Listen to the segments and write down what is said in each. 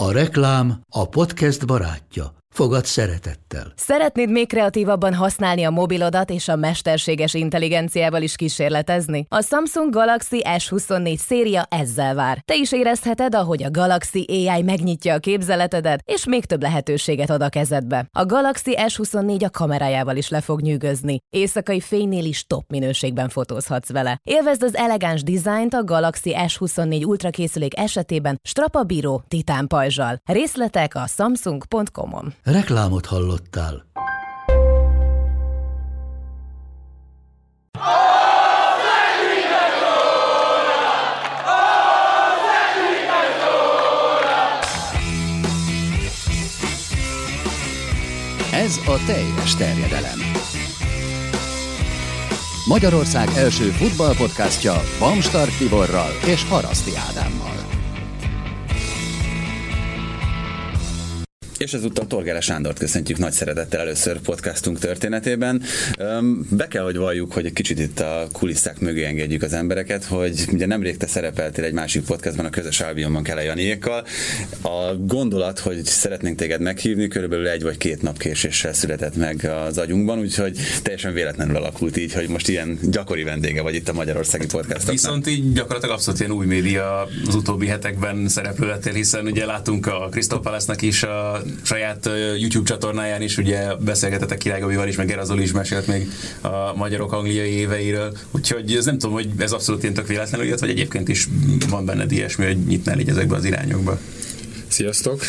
A reklám a podcast barátja. Fogad szeretettel. Szeretnéd még kreatívabban használni a mobilodat és a mesterséges intelligenciával is kísérletezni? A Samsung Galaxy S24 széria ezzel vár. Te is érezheted, ahogy a Galaxy AI megnyitja a képzeletedet, és még több lehetőséget ad a kezedbe. A Galaxy S24 a kamerájával is le fog nyűgözni. Éjszakai fénynél is top minőségben fotózhatsz vele. Élvezd az elegáns dizájnt a Galaxy S24 Ultra készülék esetében strapabíró titán pajzsal. Részletek a samsung.com-on. Reklámot hallottál. Ez a teljes terjedelem. Magyarország első futballpodcastja Bamstart Tiborral és Haraszti Ádámmal. És ezúttal Torgere Sándort köszöntjük nagy szeretettel először podcastunk történetében. Be kell, hogy valljuk, hogy egy kicsit itt a kulisszák mögé engedjük az embereket, hogy ugye nemrég te szerepeltél egy másik podcastban, a Közös Albionban Kele Janiékkal. A gondolat, hogy szeretnénk téged meghívni, körülbelül 1 vagy 2 nap késéssel született meg az agyunkban, úgyhogy teljesen véletlenül alakult így, hogy most ilyen gyakori vendége vagy itt a magyarországi podcastoknak. Viszont így gyakorlatilag abszolút ilyen új média az utóbbi hetekben szereplő lettél, hiszen ugye látunk a Crystal Palace-nak is a saját YouTube csatornáján is, ugye beszélgetetek Király Gabival is, meg Gera Zoli is mesélt még a magyarok angliai éveiről, úgyhogy ez nem tudom, hogy ez abszolút ilyen tök véletlenül jött, vagy egyébként is van benned ilyesmi, hogy nyitnál így ezekbe az irányokba. Sziasztok!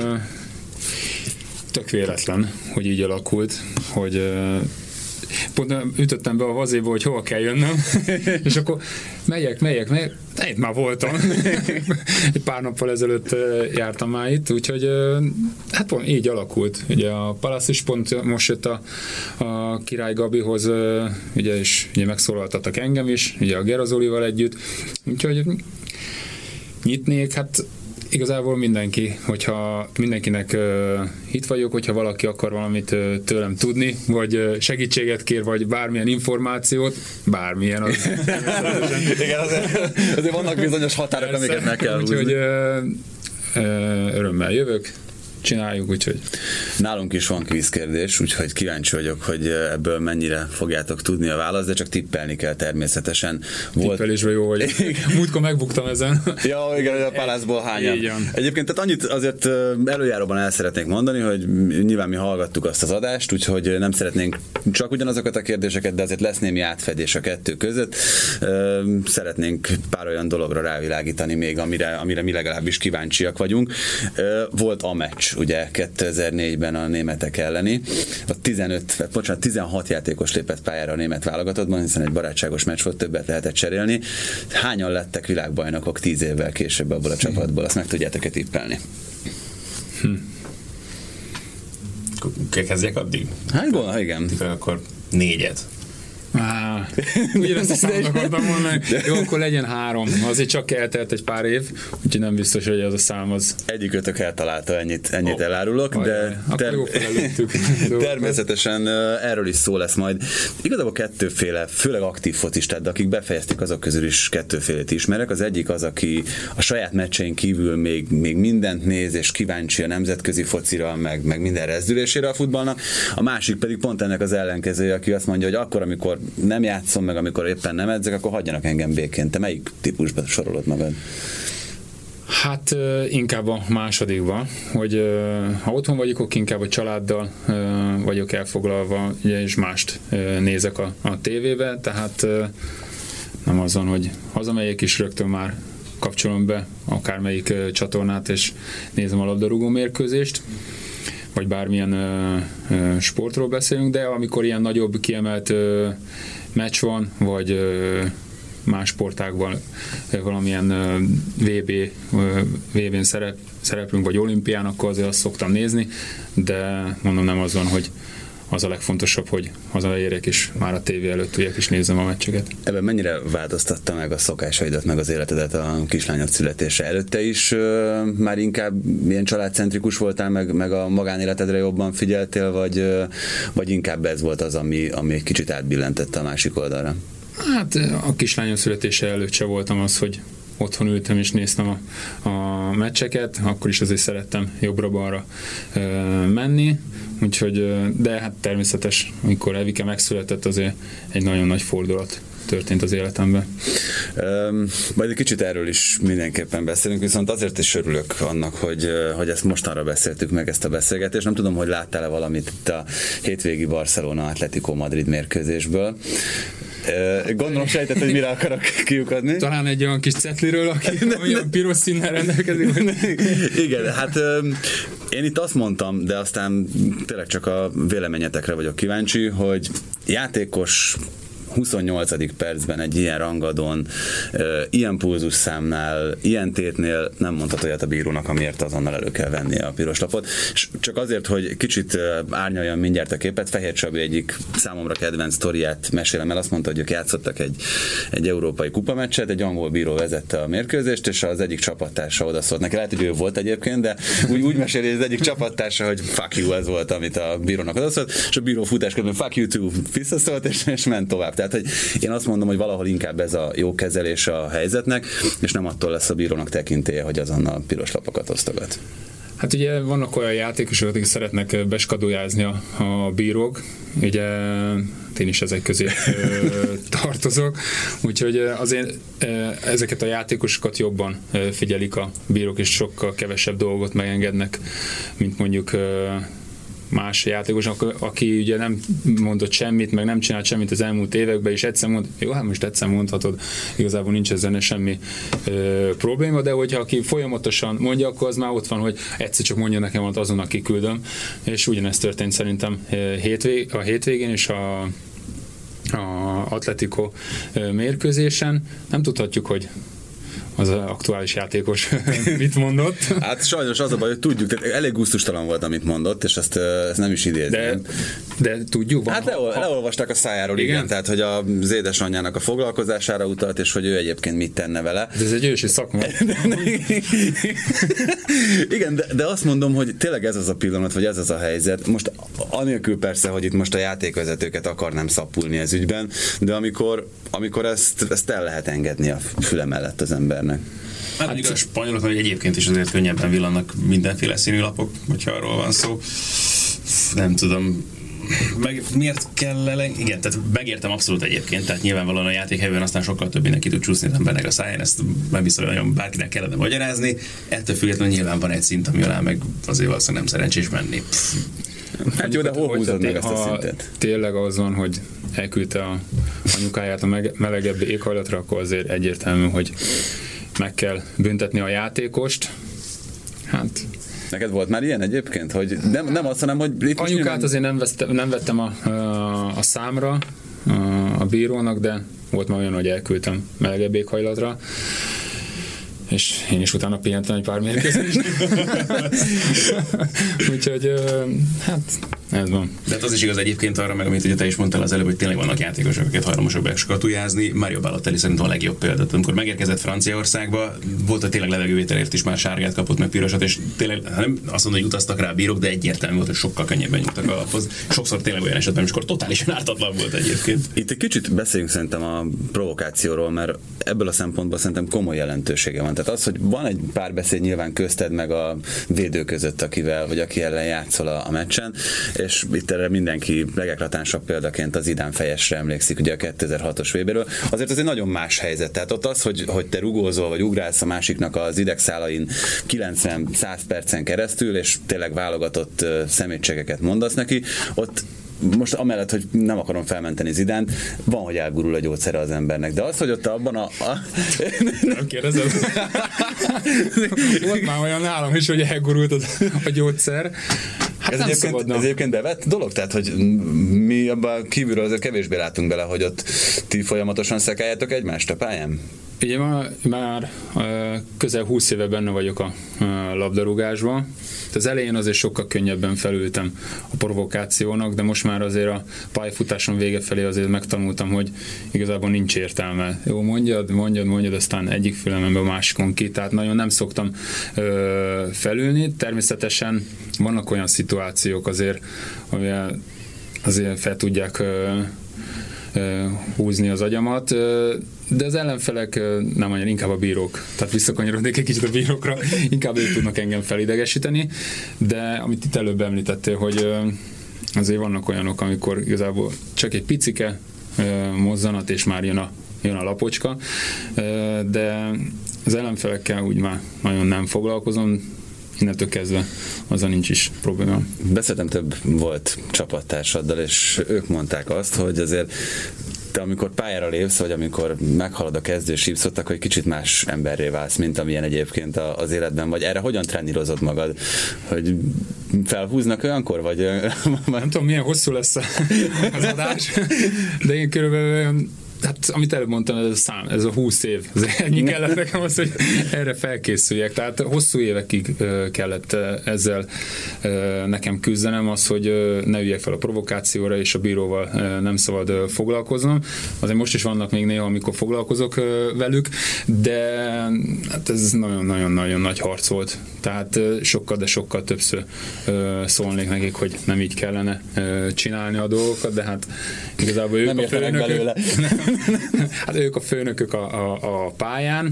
Tök véletlen, hogy így alakult, hogy pont ütöttem be a vazéba, hogy hova kell jönnöm, és akkor megyek, itt már voltam. Egy pár nappal ezelőtt jártam már itt, úgyhogy hát pont így alakult. Ugye a Palace is pont most jött a Király Gabihoz, ugye, és ugye megszólaltattak engem is, ugye a Gera Zolival együtt, úgyhogy nyitnék, hát igazából mindenkinek itt vagyok, hogyha valaki akar valamit tőlem tudni, vagy segítséget kér, vagy bármilyen információt, bármilyen. Igen, azért vannak bizonyos határok, amiket meg kell húzni. Úgyhogy örömmel jövök, csináljuk, úgyhogy. Nálunk is van kvízkérdés, úgyhogy kíváncsi vagyok, hogy ebből mennyire fogjátok tudni a választ, de csak tippelni kell természetesen. Tippelésben jó vagy. Múltkor megbuktam ezen. Ja, igen, a Palászból hányan. Egyébként tehát annyit azért előjáróban el szeretnék mondani, hogy nyilván mi hallgattuk azt az adást, úgyhogy nem szeretnénk csak ugyanazokat a kérdéseket, de azért lesz némi átfedés a kettő között. Szeretnénk pár olyan dologra rávilágítani még, amire mi legalábbis kíváncsiak vagyunk. Volt a meccs, ugye 2004-ben a németek elleni. A 16 játékos lépett pályára a német válogatottban, hiszen egy barátságos meccs volt, többet lehetett cserélni. Hányan lettek világbajnokok 10 évvel később abból a csapatból? Azt meg tudjátok-e tippelni? Kezdjek addig? Hát gondolom, igen. Tippel akkor 4-et. Ugyanezt a számot akartam mondani. Jó, akkor legyen 3. Azért csak eltelt egy pár év, úgyhogy nem biztos, hogy ez a szám az. Egyikőtök eltalálta, ennyit elárulok, de természetesen erről is szó lesz majd. Igazából kettőféle, főleg aktív focistát, de akik befejezték, azok közül is kettőfélét ismerek. Az egyik az, aki a saját meccsein kívül még mindent néz, és kíváncsi a nemzetközi focira, meg minden rezdülésére a futballnak. A másik pedig pont ennek az ellenkezője, aki azt mondja, hogy akkor, amikor nem játszom meg, amikor éppen nem edzek, akkor hagyjanak engem békén. Te melyik típusba sorolod magad? Hát inkább a másodikban, hogy ha otthon vagyok, akkor inkább a családdal vagyok elfoglalva, és mást nézek a tévébe, tehát nem azon, hogy hazamegyek is rögtön már kapcsolom be akármelyik csatornát, és nézem a labdarúgó mérkőzést, vagy bármilyen sportról beszélünk, de amikor ilyen nagyobb kiemelt meccs van, vagy más sportágban valamilyen VB-n szereplünk, vagy olimpián, akkor azért azt szoktam nézni, de mondom, nem az van, hogy az a legfontosabb, hogy hazaérjek és már a tévé előtt üljek és nézzem a meccseket. Ebben mennyire változtatta meg a szokásaidat, meg az életedet a kislányod születése előtte is? Már inkább ilyen családcentrikus voltál, meg a magánéletedre jobban figyeltél, vagy inkább ez volt az, ami egy kicsit átbillentette a másik oldalra? Hát a kislányom születése előtt se voltam az, hogy otthon ültem és néztem a meccseket, akkor is azért szerettem jobbra-balra menni, úgyhogy, de hát természetes, amikor Evike megszületett, azért egy nagyon nagy fordulat történt az életemben. Majd egy kicsit erről is mindenképpen beszélünk, viszont azért is örülök annak, hogy ezt mostanra beszéltük meg, ezt a beszélgetést. Nem tudom, hogy láttál-e valamit itt a hétvégi Barcelona Atletico Madrid mérkőzésből. Gondolom sejtett, hogy mire akarok kiukadni. Talán egy olyan kis cetliről, aki olyan piros színnel rendelkezik. Igen, hát én itt azt mondtam, de aztán tényleg csak a véleményetekre vagyok kíváncsi, hogy játékos 28. percben egy ilyen rangadón, ilyen pulzusszámnál, ilyen tétnél nem mondhat olyat a bírónak, amiért azonnal elő kell vennie a piros lapot. És csak azért, hogy kicsit árnyaljam mindjárt a képet, Fehér Csabi egyik számomra kedvenc sztoriát mesélem el. Azt mondta, hogy ők játszottak egy európai kupameccset, egy angol bíró vezette a mérkőzést, és az egyik csapattársa odaszólt neki. Lehet, hogy ő volt egyébként, de úgy meséli, hogy az egyik csapattársa, hogy fuck you, ez volt, amit a bírónak odaszólt, és a bíró futás közben fuck you too visszaszólt, és ment tovább. Tehát, hogy én azt mondom, hogy valahol inkább ez a jó kezelés a helyzetnek, és nem attól lesz a bírónak tekintélye, hogy azonnal piros lapokat osztogat. Hát ugye vannak olyan játékosok, akik szeretnek beskadójázni a bírók, ugye én is ezek közé tartozok, úgyhogy azért ezeket a játékosokat jobban figyelik a bírók, és sokkal kevesebb dolgot megengednek, mint mondjuk más játékosnak, aki ugye nem mondott semmit, meg nem csinált semmit az elmúlt években, és egyszer mond, jó, hát most egyszer mondhatod, igazából nincs ezzel semmi probléma, de hogyha aki folyamatosan mondja, akkor az már ott van, hogy egyszer csak mondja nekem, hogy azon, aki küldöm, és ugyanezt történt szerintem a hétvégén, és a Atletico mérkőzésen. Nem tudhatjuk, hogy az aktuális játékos mit mondott. Hát sajnos az a baj, hogy tudjuk, tehát elég gusztustalan volt, amit mondott, és ezt nem is idézném. De tudjuk. Hát leolvasták a szájáról, igen, tehát hogy az édesanyjának a foglalkozására utalt, és hogy ő egyébként mit tenne vele. De ez egy ősi szakma. Igen, de azt mondom, hogy tényleg ez az a pillanat, vagy ez az a helyzet. Most anélkül persze, hogy itt most a játékvezetőket akarnám szapulni ez ügyben, de amikor ezt el lehet engedni a füle mellett az embernek. Hát a spanyolokon egyébként is azért könnyebben villannak mindenféle színű lapok, hogyha arról van szó. Nem tudom, miért kell igen, tehát megértem abszolút egyébként, tehát nyilvánvalóan a játékhelyben aztán sokkal több mindenki tud csúszni az embernek a száján, ezt nem biztos, hogy nagyon bárkinek kellene magyarázni. Ettől függetlenül nyilván van egy szint, ami alá meg azért valószínűleg nem szerencsés menni. Hát jó, de hol húzod meg ezt a szintet? Tényleg az van, hogy elküldte a anyukáját a melegebb éghajlatra, akkor azért egyértelmű, hogy meg kell büntetni a játékost. Hát... Neked volt már ilyen egyébként? Hogy nem azt, hanem, hogy... Itt anyukát azért nem vettem a számra a bírónak, de volt már olyan, hogy elküldtem melegebb éghajlatra. És én is utána pihentem egy pár mérkőzést. Úgyhogy, hát ez van. De hát az is igaz egyébként arra, meg amit ugye te is mondtál az előbb, hogy tényleg vannak játékosok, akiket hajlamosak beskatujázni. Mario Balotelli szerintem a legjobb példa. Amikor megérkezett Franciaországba, volt, hogy tényleg levegővételért is már sárgát kapott, meg pirosat, és tényleg nem azt mondom, hogy utaztak rá a bírók, de egyértelmű volt, hogy sokkal könnyebben nyújtak a laphoz. Sokszor tényleg olyan esetben, amikor totálisan ártatlan volt egyébként. Itt egy kicsit beszéljünk szerintem a provokációról, mert ebből a szempontból szerintem komoly jelentősége van. Tehát az, hogy van egy párbeszéd nyilván közted meg a védő között, akivel vagy aki ellen játszol a meccsen, és itt erre mindenki legeklatánsabb példaként az Zidane fejesre emlékszik, ugye a 2006-os VB-ről. Azért az egy nagyon más helyzet. Tehát ott az, hogy te rugózol, vagy ugrálsz a másiknak az idegszálain 90-100 percen keresztül, és tényleg válogatott szemétségeket mondasz neki, ott most amellett, hogy nem akarom felmenteni Zidánt, van, hogy elgurul a gyógyszere az embernek, de az, hogy ott abban Nem kérdezem. Volt már olyan nálam is, hogy elgurult a gyógyszer. Hát ez egyébként bevett dolog? Tehát, hogy mi abban kívülről azért kevésbé látunk bele, hogy ott ti folyamatosan szekáljátok egymást a pályán? Ugye már közel 20 éve benne vagyok a labdarúgásban. Az elején azért sokkal könnyebben felültem a provokációnak, de most már azért a pályafutáson vége felé azért megtanultam, hogy igazából nincs értelme. Jó, mondjad, aztán egyik fülemembe a másikon ki, tehát nagyon nem szoktam felülni. Természetesen vannak olyan szituációk azért, amivel azért fel tudják húzni az agyamat, de az ellenfelek nem annyira, inkább a bírók. Tehát visszakanyarodnék egy kicsit a bírókra, inkább ők tudnak engem felidegesíteni, de amit itt előbb említettél, hogy azért vannak olyanok, amikor igazából csak egy picike mozzanat, és már jön a lapocska, de az ellenfelekkel úgy már nagyon nem foglalkozom, innentől kezdve azzal nincs is problémám. Beszéltem több volt csapattársaddal, és ők mondták azt, hogy azért te amikor pályára lépsz, vagy amikor meghalad a kezdő sípszot, akkor egy kicsit más emberré válsz, mint amilyen egyébként az életben vagy. Erre hogyan trenírozod magad? Hogy felhúznak olyankor, vagy... Nem tudom, milyen hosszú lesz az adás, de én körülbelül hát, amit előbb mondtam, ez a 20 év. Ez ennyi kellett nekem az, hogy erre felkészüljek. Tehát hosszú évekig kellett ezzel nekem küzdenem, az, hogy ne üljek fel a provokációra, és a bíróval nem szabad foglalkoznom. Azért most is vannak még néha, amikor foglalkozok velük, de hát ez nagyon-nagyon nagy harc volt. Tehát sokkal többször szólnék nekik, hogy nem így kellene csinálni a dolgokat, de hát igazából ők a főnökök. Hát ők a főnökök a pályán.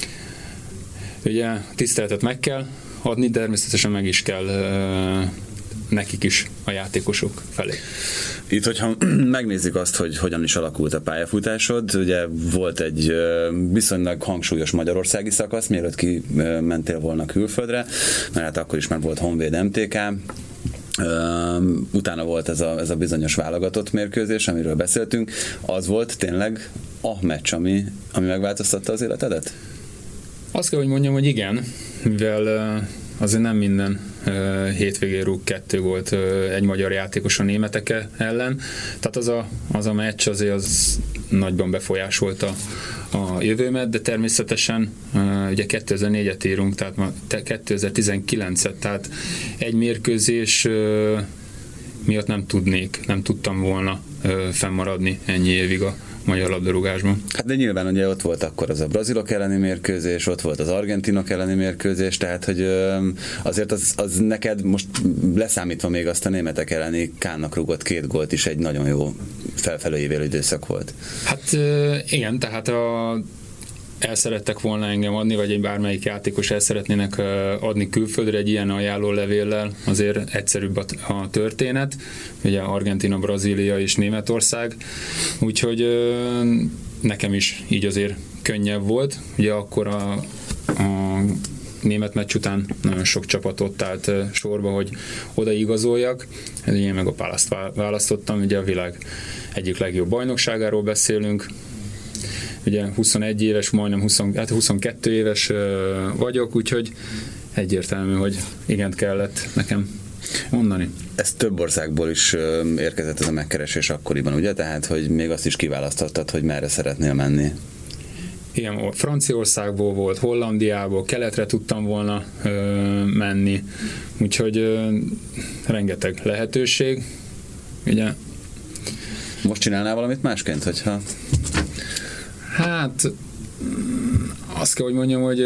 Ugye tiszteletet meg kell adni, de természetesen meg is kell nekik is a játékosok felé. Itt, hogyha megnézzük azt, hogy hogyan is alakult a pályafutásod, ugye volt egy viszonylag hangsúlyos magyarországi szakasz, mielőtt kimentél volna külföldre, mert hát akkor is már volt Honvéd MTK, utána volt ez a bizonyos válogatott mérkőzés, amiről beszéltünk. Az volt tényleg a meccs, ami megváltoztatta az életedet? Azt kell, hogy mondjam, hogy igen, mivel azért nem minden hétvégén rúg 2 volt egy magyar játékos a németek ellen, tehát az a meccs azért az nagyban befolyásolta a jövőmet, de természetesen ugye 2004-et írunk, tehát ma 2019-et, tehát egy mérkőzés miatt nem tudtam volna fennmaradni ennyi évig a magyar labdarúgásban. Hát de nyilván ugye ott volt akkor az a brazilok elleni mérkőzés, ott volt az argentinok elleni mérkőzés, tehát hogy azért az neked most leszámítva még azt a németek elleni Kánnak rúgott 2 gólt is egy nagyon jó felfelőjévélő időszak volt. Hát igen, tehát el szerettek volna engem adni, vagy egy bármelyik játékos el szeretnének adni külföldre egy ilyen ajánlólevéllel, azért egyszerűbb a történet, ugye Argentina, Brazília és Németország, úgyhogy nekem is így azért könnyebb volt, ugye akkor a német meccs után nagyon sok csapat ott állt sorba, hogy odaigazoljak, én meg a Palace-t választottam, ugye a világ egyik legjobb bajnokságáról beszélünk, ugye 21 éves, majdnem 22 éves vagyok, úgyhogy egyértelmű, hogy igent kellett nekem mondani. Ez több országból is érkezett ez a megkeresés akkoriban, ugye? Tehát, hogy még azt is kiválasztottad, hogy merre szeretnél menni. Igen, Franciaországból volt, Hollandiából, keletre tudtam volna menni, úgyhogy rengeteg lehetőség. Ugye? Most csinálnál valamit másként, hogyha... Hát azt kell, hogy mondjam, hogy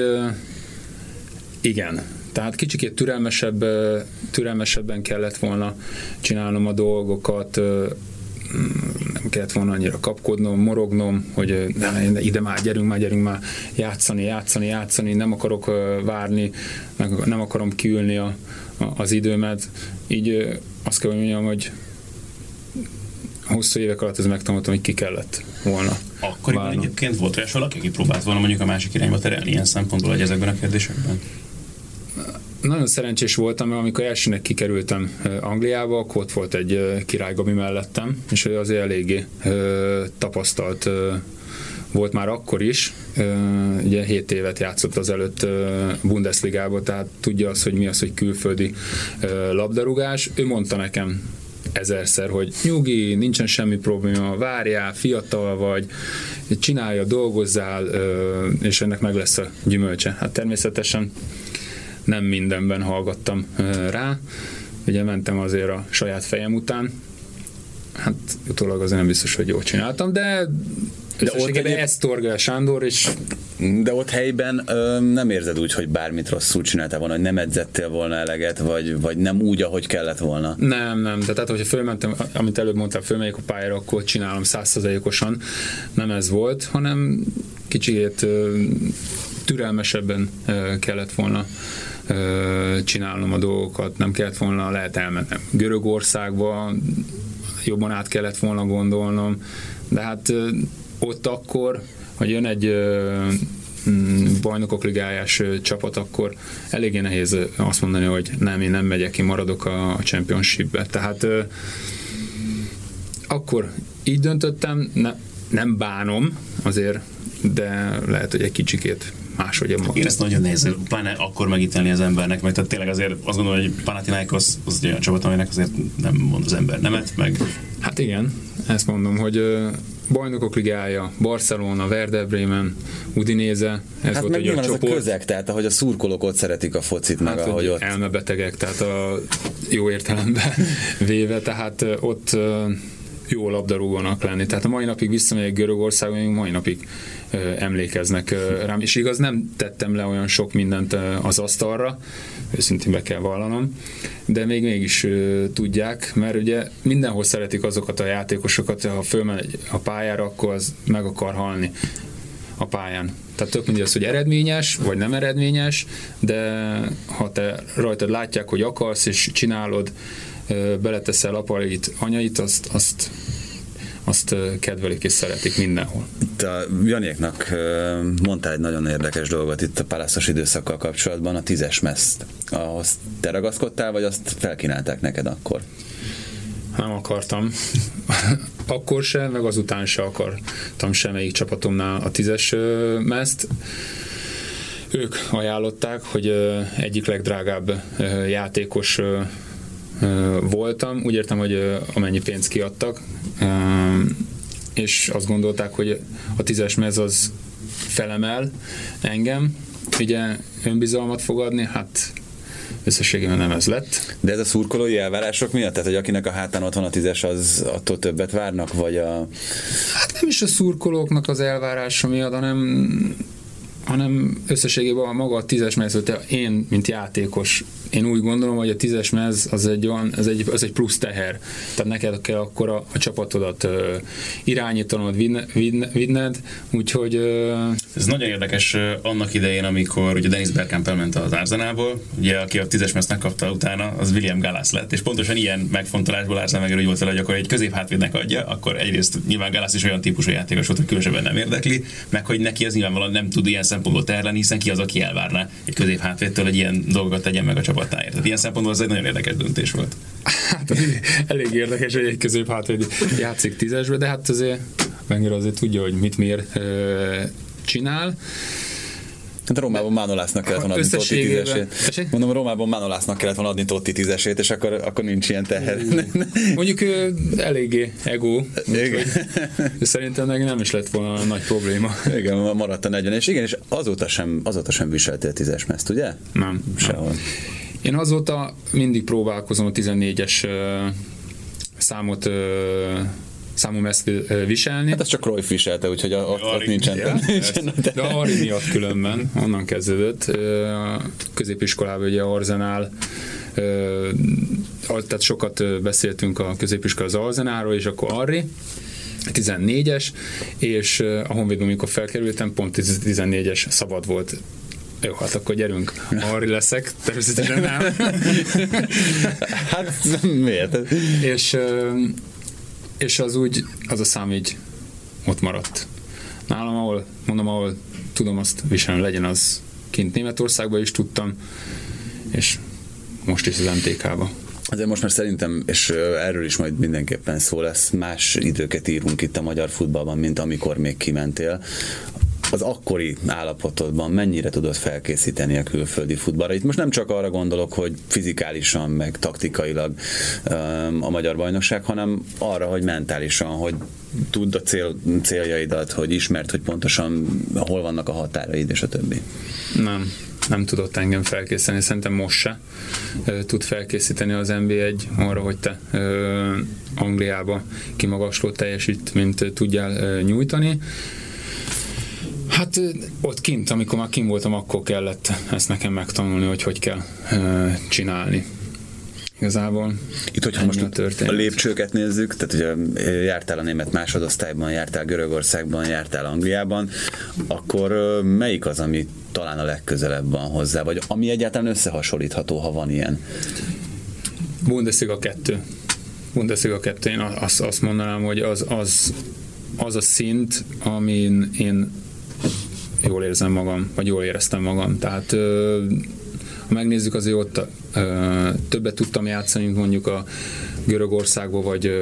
igen. Tehát kicsikét türelmesebben kellett volna csinálnom a dolgokat, nem kellett volna annyira kapkodnom, morognom, hogy ide már, gyerünk már játszani, nem akarok várni, nem akarom kiülni az időmet. Így azt kell, hogy mondjam, hogy hosszú évek alatt ez megtanultam, hogy ki kellett volna. Akkoriban egyébként volt olyas valaki, aki próbált volna mondjuk a másik irányba terelni ilyen szempontból, hogy ezekben a kérdésekben? Nagyon szerencsés voltam, amikor elsőnek kikerültem Angliába, akkor ott volt egy Király Gabi mellettem, és ő azért eléggé tapasztalt volt már akkor is, ugye 7 évet játszott azelőtt Bundesligába, tehát tudja azt, hogy mi az, hogy külföldi labdarúgás. Ő mondta nekem 1000-szer, hogy nyugi, nincsen semmi probléma, várjál, fiatal vagy, csinálja, dolgozzál, és ennek meg lesz a gyümölcse. Hát természetesen nem mindenben hallgattam rá, ugye mentem azért a saját fejem után, hát utólag azért nem biztos, hogy jól csináltam, de összességében Esztorga Sándor, és De ott helyben nem érzed úgy, hogy bármit rosszul csináltál volna, hogy nem edzettél volna eleget, vagy nem úgy, ahogy kellett volna? Nem. Tehát, hogyha fölmentem, amit előbb mondtam, fölmegyek a pályára, akkor csinálom 100%-osan. Nem ez volt, hanem kicsit türelmesebben kellett volna csinálnom a dolgokat, nem kellett volna, lehet elmennem Görögországba, jobban át kellett volna gondolnom, de hát ott akkor, ha jön egy bajnokok ligájás csapat, akkor eléggé nehéz azt mondani, hogy nem, én nem megyek ki, maradok a Championship-be. Tehát akkor így döntöttem, nem bánom azért, de lehet, hogy egy kicsikét máshogy magam. Én ezt nagyon nehéz, pláne akkor megítélni az embernek, mert tehát tényleg azért azt gondolom, hogy Panathinaikos az egy olyan csapat, aminek azért nem mond az ember nemet, meg... Hát igen, ezt mondom, hogy bajnokok ligája, Barcelona, Werder Bremen, Udinese, ez volt egy a csoport. Az a közeg, tehát ahogy a szurkolók ott szeretik a focit, meg hát, ahogy ott... Elmebetegek, tehát a jó értelemben véve, tehát ott jó labdarúgónak lenni. Tehát a mai napig visszamegyek Görögországba, még mai napig emlékeznek rám, és igaz, nem tettem le olyan sok mindent az asztalra, őszintén be kell vallanom, de mégis tudják, mert ugye mindenhol szeretik azokat a játékosokat, ha fölmegy a pályára, akkor az meg akar halni a pályán. Tehát tök mindegy az, hogy eredményes, vagy nem eredményes, de ha te rajtad látják, hogy akarsz, és csinálod, beleteszel apait, anyait, azt kedvelik és szeretik mindenhol. Itt a Janiéknak mondtál egy nagyon érdekes dolgot itt a Palace-os időszakkal kapcsolatban, a 10-es meszt. Ahhoz te ragaszkodtál, vagy azt felkínálták neked akkor? Nem akartam. Akkor sem, meg azután sem akartam semmelyik csapatomnál a 10-es meszt. Ők ajánlották, hogy egyik legdrágább játékos voltam. Úgy értem, hogy amennyi pénzt kiadtak, és azt gondolták, hogy a 10-es mez az felemel engem, ugye önbizalmat fog adni, hát összességében nem ez lett. De ez a szurkolói elvárások miatt? Tehát, hogy akinek a hátán ott van a 10-es, az attól többet várnak, vagy a... Hát nem is a szurkolóknak az elvárása miatt, hanem összességében maga a 10-es mez, hogy én, mint játékos, én úgy gondolom, hogy a 10-es mez az egy plusz teher. Tehát neked kell akkor a csapatodat irányítanod, vinned, úgyhogy... Ez nagyon érdekes annak idején, amikor ugye Dennis Bergkamp elment az Arsenalból, ugye aki a 10-es mezt megkapta utána, az William Gallas lett, és pontosan ilyen megfontolásból Arsenal meg úgy volt vele, hogy akkor egy középhátvédnek adja, akkor egyrészt nyilván Gallas is olyan típusú játékos volt, hogy különösebben nem érdekli, meg hogy neki az nyilvánvalóan nem tud ilyen szempontból terelni, hiszen ki az, aki elvárná egy középhátvédtől, hogy ilyen dolgokat tegyen meg a csapatáért. Tehát ilyen szempontból ez egy nagyon érdekes döntés volt. Hát elég érdekes, hogy egy középhátvéd játszik 10-esbe, de hát azért Wenger azért tudja, hogy mit miért csinál. Hát Rómában Manolásznak kellett volna adni Totti 10-esét. Mondom, Rómában Manolásznak kellett volna adni Totti 10-esét, és akkor nincs ilyen teher. Mondjuk eléggé ego, szerintem nem is lett volna nagy probléma. Igen, maradt a 40, és igen, és azóta sem viseltél 10-es mezt, ugye? Nem. Sehol. Nem. Én azóta mindig próbálkozom a 14-es számú mezt viselni. Hát az csak Cruyff viselte, úgyhogy ott nincsen. De Ari miatt különben, onnan kezdődött. A középiskolában ugye Arsenal, tehát sokat beszéltünk a középiskola az Arsenalról, és akkor Ari, 14-es, és a Honvédban, amikor felkerültem, pont 14-es szabad volt. Jó, hát akkor gyerünk. Arri leszek, természetesen nem. Hát miért? És az a szám így ott maradt. Nálam, ahol tudom azt viselni, legyen az kint Németországban is tudtam, és most is az MTK-ba. Azért most már szerintem, és erről is majd mindenképpen szó lesz, más időket írunk itt a magyar futballban, mint amikor még kimentél. Az akkori állapotodban mennyire tudod felkészíteni a külföldi futballra? Itt most nem csak arra gondolok, hogy fizikálisan, meg taktikailag a magyar bajnokság, hanem arra, hogy mentálisan, hogy tudd a céljaidat, hogy ismerd, hogy pontosan hol vannak a határaid, és a többi. Nem tudott engem felkészíteni, szerintem most se tud felkészíteni az NB1 arra, hogy te Angliába kimagasló teljesítményt tudjál nyújtani. Hát ott kint, amikor már kint voltam, akkor kellett ezt nekem megtanulni, hogy kell csinálni. Igazából. Itt, hogyha most a lépcsőket nézzük, tehát ugye jártál a német másodosztályban, jártál Görögországban, jártál Angliában, akkor melyik az, ami talán a legközelebb van hozzá, vagy ami egyáltalán összehasonlítható, ha van ilyen? Bundesliga 2. Én azt mondanám, hogy az a szint, amin én jól érzem magam, vagy jól éreztem magam. Tehát ha megnézzük, azért ott többet tudtam játszani, mint mondjuk a Görögországba,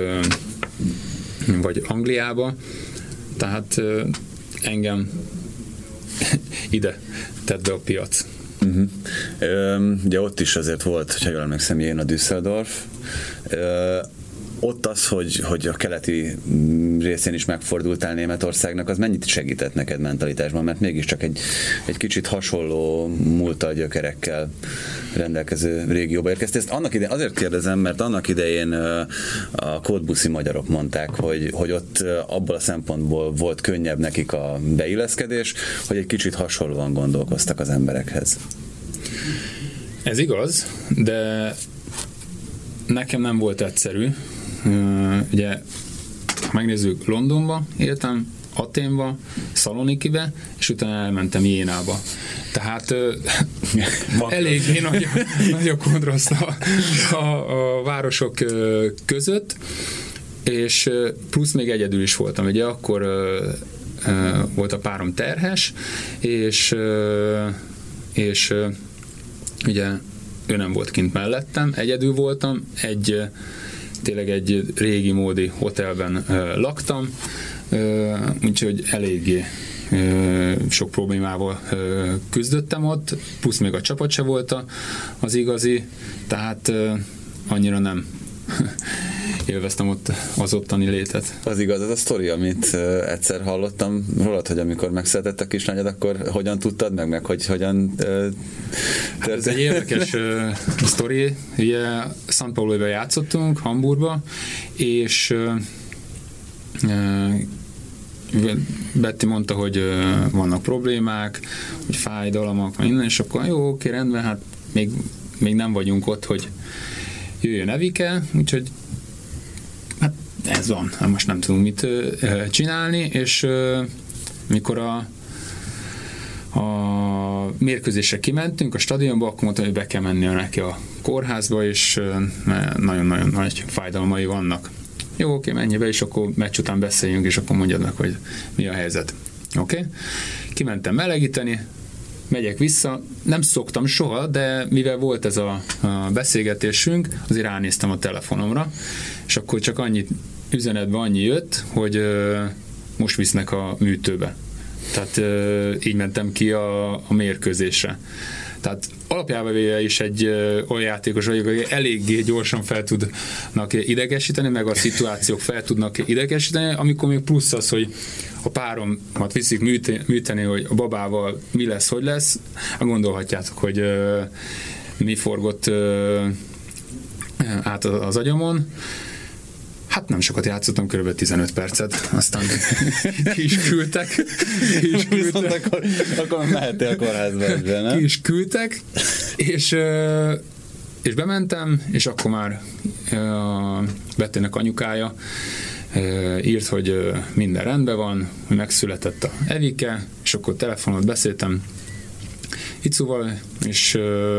vagy Angliába. Tehát engem ide tett be a piac. Ugye ott is azért volt, ha jól emlékszem, Jena Düsseldorf. Ott az, hogy a keleti részén is megfordultál Németországnak, az mennyit segített neked mentalitásban, mert mégiscsak egy kicsit hasonló múlttal, gyökerekkel rendelkező régióba érkeztél. Ezt azért kérdezem, mert annak idején a kódbuszi magyarok mondták, hogy ott abból a szempontból volt könnyebb nekik a beilleszkedés, hogy egy kicsit hasonlóan gondolkoztak az emberekhez. Ez igaz, de nekem nem volt egyszerű. Ugye, ha megnézzük, Londonba éltem, Athénba, Szalonikibe, és utána elmentem Jénába. Tehát eléggé nagy a kontraszt a városok között, és plusz még egyedül is voltam. Ugye akkor volt a párom terhes, és ugye ő nem volt kint mellettem, egyedül voltam, tényleg egy régi módi hotelben laktam, úgyhogy eléggé sok problémával küzdöttem ott, plusz még a csapat se volt az igazi, tehát annyira nem élveztem ott az ottani létet. Az igaz, az a sztori, amit egyszer hallottam rólad, hogy amikor megszületett a kislányod, akkor hogyan tudtad meg hogy hogyan hát ez egy érdekes sztori. Ugye Szent Pauliba játszottunk, Hamburgba, és Betty mondta, hogy vannak problémák, hogy fájdalmak, minden, és akkor jó, oké, rendben, hát még nem vagyunk ott, hogy jöjjön Evike, úgyhogy hát ez van, most nem tudunk mit csinálni, és mikor a mérkőzésre kimentünk a stadionba, akkor mondtam, hogy be kell mennie neki a kórházba, és nagyon-nagyon nagy fájdalmai vannak. Jó, oké, menj be, és akkor meccs után beszéljünk, és akkor mondjad meg, hogy mi a helyzet. Oké? Kimentem melegíteni, megyek vissza, nem szoktam soha, de mivel volt ez a beszélgetésünk, azért ránéztem a telefonomra, és akkor csak üzenetben annyi jött, hogy most visznek a műtőbe. Tehát így mentem ki a mérkőzésre. Tehát alapjában véve is egy olyan játékos vagyok, hogy eléggé gyorsan fel tudnak idegesíteni, meg a szituációk fel tudnak idegesíteni, amikor még plusz az, hogy a páromat viszik műteni, hogy a babával mi lesz, hogy lesz, gondolhatjátok, hogy mi forgott át az agyamon. Hát nem sokat játszottam, kb. 15 percet, aztán ki is küldtek. Akkor mehettél a kórházba egyben, nem? Ki is küldtek, és bementem, és akkor már Bettének anyukája írt, hogy minden rendben van, hogy megszületett a Evike, és akkor telefonon beszéltem Icuval, és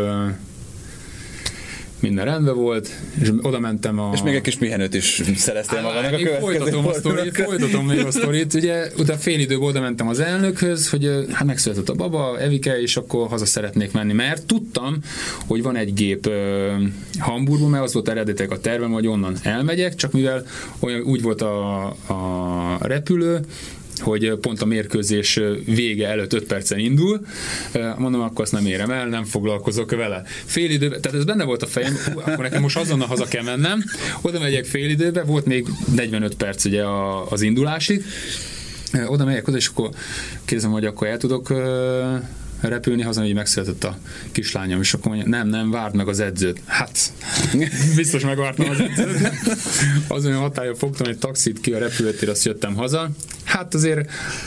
minden rendben volt, és oda mentem És még egy kis pihenőt is szereztél magadnak a következő. Folytatom még a sztorit. Ugye, utána fél időben oda mentem az elnökhöz, hogy hát megszületett a baba, Evike, és akkor haza szeretnék menni, mert tudtam, hogy van egy gép Hamburgban, mert az volt eredetileg a tervem, hogy onnan elmegyek, csak mivel úgy volt a repülő, hogy pont a mérkőzés vége előtt 5 percen indul, mondom, akkor azt nem érem el, nem foglalkozok vele. Fél időben, tehát ez benne volt a fejem, akkor nekem most azonnal haza kell mennem, oda megyek fél időben, volt még 45 perc ugye az indulásig, oda megyek oda, és akkor kérdezem, hogy akkor el tudok repülni haza, hogy megszületett a kislányom, és akkor mondja, nem, várd meg az edzőt. Hát, biztos megvártam az edzőt. Azon a hatályra fogtam egy taxit ki a repülőtér, azt jöttem haza. Hát azért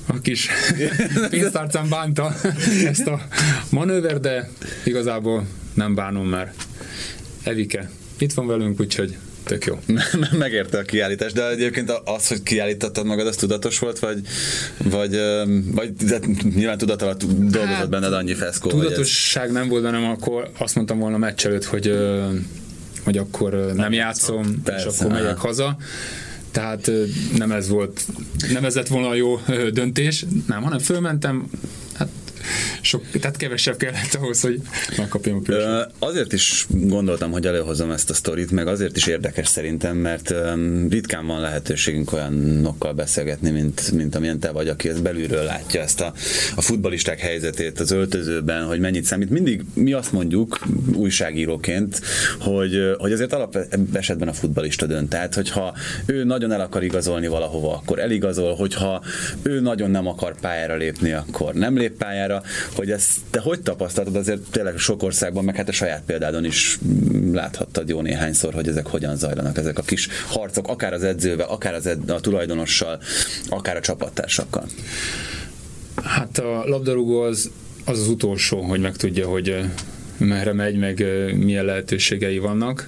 a kis pénztárcán bánta ezt a manőver, de igazából nem bánom, mert Evike itt van velünk, úgyhogy tök jó. Megérte a kiállítás, de egyébként az, hogy kiállítottad magad, az tudatos volt, vagy nyilván tudat alatt dolgozott benned annyi feszkó? Tudatosság nem volt bennem, akkor azt mondtam volna meccs előtt, hogy akkor nem játszom, persze, és akkor megyek haza. Tehát nem ez lett volna a jó döntés, nem, hanem fölmentem, tehát kevesebb kellett ahhoz, hogy megkapjam a piros. Azért is gondoltam, hogy előhozom ezt a sztorit, meg azért is érdekes szerintem, mert ritkán van lehetőségünk olyanokkal beszélgetni, mint amilyen te vagy, aki ezt belülről látja, ezt a futballisták helyzetét az öltözőben, hogy mennyit számít. Mindig mi azt mondjuk újságíróként, hogy azért alap esetben a futballista dönt. Tehát, hogyha ő nagyon el akar igazolni valahova, akkor eligazol, hogyha ő nagyon nem akar pályára lépni, akkor nem lép pályára. Hogy ezt te hogy tapasztaltad, azért tényleg sok országban, meg hát a saját példádon is láthattad jó néhányszor, hogy ezek hogyan zajlanak, ezek a kis harcok, akár az edzővel, akár a tulajdonossal, akár a csapattársakkal. Hát a labdarúgó az utolsó, hogy megtudja, hogy merre megy, meg milyen lehetőségei vannak.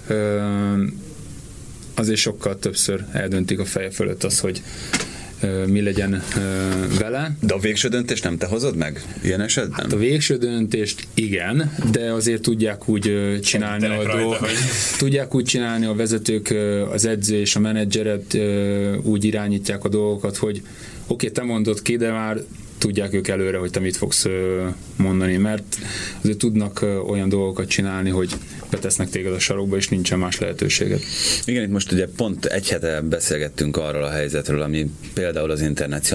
Azért sokkal többször eldöntik a feje fölött az, hogy mi legyen vele. De a végső döntést nem te hozod meg ilyen esetben? Hát a végső döntést igen, de azért tudják úgy csinálni tudják úgy csinálni a vezetők, az edző és a menedzseret úgy irányítják a dolgokat, hogy oké, te mondod ki, de már tudják ők előre, hogy te mit fogsz mondani, mert azért tudnak olyan dolgokat csinálni, hogy betesznek téged a sarokba, és nincsen más lehetőséget. Igen, itt most ugye pont egy hete beszélgettünk arról a helyzetről, ami például az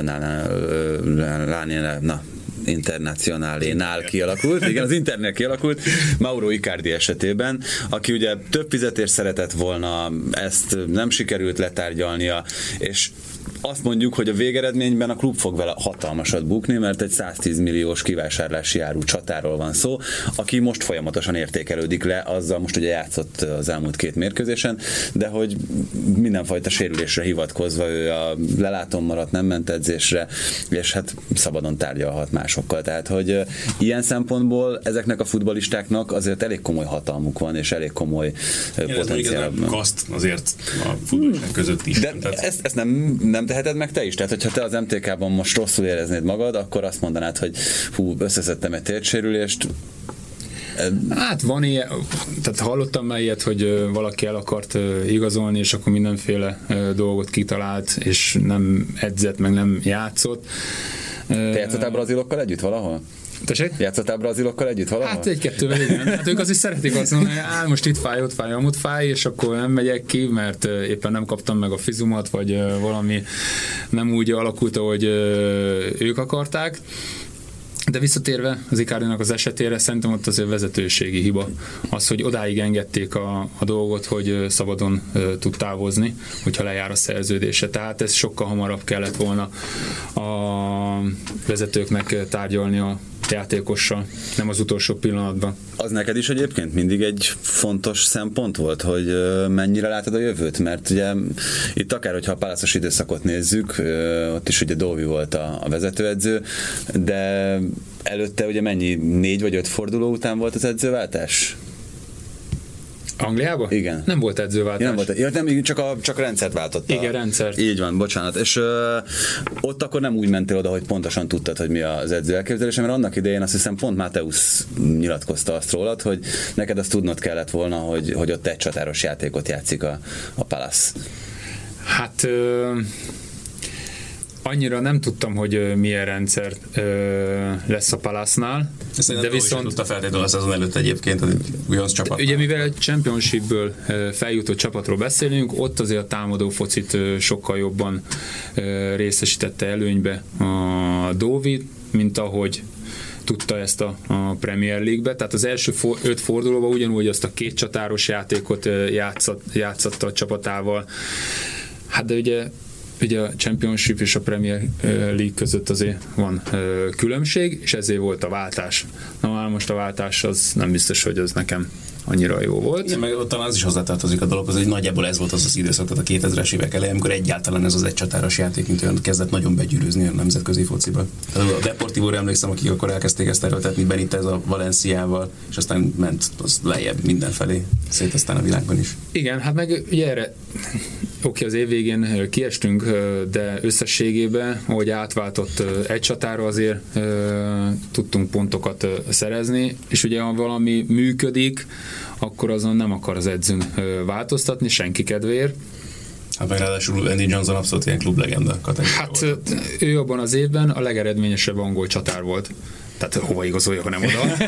internacionálénál kialakult, igen, az Internél kialakult, Mauro Icardi esetében, aki ugye több fizetést szeretett volna, ezt nem sikerült letárgyalnia, és azt mondjuk, hogy a végeredményben a klub fog vele hatalmasat bukni, mert egy 110 milliós kivásárlási áru csatáról van szó, aki most folyamatosan értékelődik le, azzal most ugye játszott az elmúlt 2 mérkőzésen, de hogy mindenfajta sérülésre hivatkozva ő a lelátón maradt, nem ment edzésre, és hát szabadon tárgyalhat másokkal. Tehát, hogy ilyen szempontból ezeknek a futballistáknak azért elég komoly hatalmuk van, és elég komoly potenciál. Kaszt azért a futballisták között is. De ezt nem teheted meg te is? Tehát, hogyha te az MTK-ban most rosszul éreznéd magad, akkor azt mondanád, hogy összeszedtem egy térsérülést. Hát van ilyen, tehát hallottam már ilyet, hogy valaki el akart igazolni, és akkor mindenféle dolgot kitalált, és nem edzett, meg nem játszott. Te játszottál brazilokkal együtt valahol? Tessék? Játszottál brazilokkal együtt valahol? Hát 1-2-vel igen. Hát ők azért szeretik azt mondani, hogy most itt fáj, ott fáj, amúgy fáj, és akkor nem megyek ki, mert éppen nem kaptam meg a fizumat, vagy valami nem úgy alakult, ahogy ők akarták. De visszatérve az Icardinak az esetére, szerintem ott azért vezetőségi hiba. Az, hogy odáig engedték a dolgot, hogy szabadon tud távozni, hogyha lejár a szerződése. Tehát ez sokkal hamarabb kellett volna a vezetőknek tárgyalni a játékossal, nem az utolsó pillanatban. Az neked is egyébként mindig egy fontos szempont volt, hogy mennyire látod a jövőt? Mert ugye itt akár, hogyha a Palace-os időszakot nézzük, ott is ugye Dovi volt a vezetőedző, de előtte ugye mennyi 4 vagy 5 forduló után volt az edzőváltás? Angliában? Igen. Nem volt edzőváltás. Nem volt, nem, csak a rendszert váltotta. Igen, rendszert. Így van, bocsánat. És ott akkor nem úgy mentél oda, hogy pontosan tudtad, hogy mi az edző elképzelése, mert annak idején azt hiszem pont Mateusz nyilatkozta azt rólad, hogy neked azt tudnod kellett volna, hogy ott egy csatáros játékot játszik a Palace. Hát annyira nem tudtam, hogy milyen rendszer lesz a Palace-nál. De viszont tudta feltétlenül a szezon előtt egyébként az ugyanaz csapat. Ugye mivel egy Championshipből feljutott csapatról beszélünk, ott azért a támadó focit sokkal jobban részesítette előnybe a Dovi, mint ahogy tudta ezt a Premier League-be. Tehát az első 5 fordulóban ugyanúgy azt a 2 csatáros játékot játszotta a csapatával. Hát de ugye a Championship és a Premier League között azért van különbség, és ezért volt a váltás. Na már most a váltás az nem biztos, hogy az nekem annyira jó volt. Igen, meg ott talán az is hozzátartozik a dologhoz, hogy nagyjából ez volt az az időszak, tehát a 2000-es évek elején, amikor egyáltalán ez az egycsatáros játék, mint olyan kezdett nagyon begyűrűzni a nemzetközi fociba. A Deportivo-ra emlékszem, akik akkor elkezdték ezt erőltetni, Benitez a Valenciával, és aztán ment az lejjebb mindenfelé, szét aztán a világban is. Igen, hát meg ugye erre az év végén kiestünk, de összességében, ahogy átváltott egy csatára, azért tudtunk pontokat szerezni, és ugye ha valami működik, akkor azon nem akar az edzőn változtatni, senki kedvéért. Hát meg ráadásul Andy Johnson abszolút ilyen klublegenda kategória volt. Ő abban az évben a legeredményesebb angol csatár volt. Tehát hova igazolja, ha nem oda?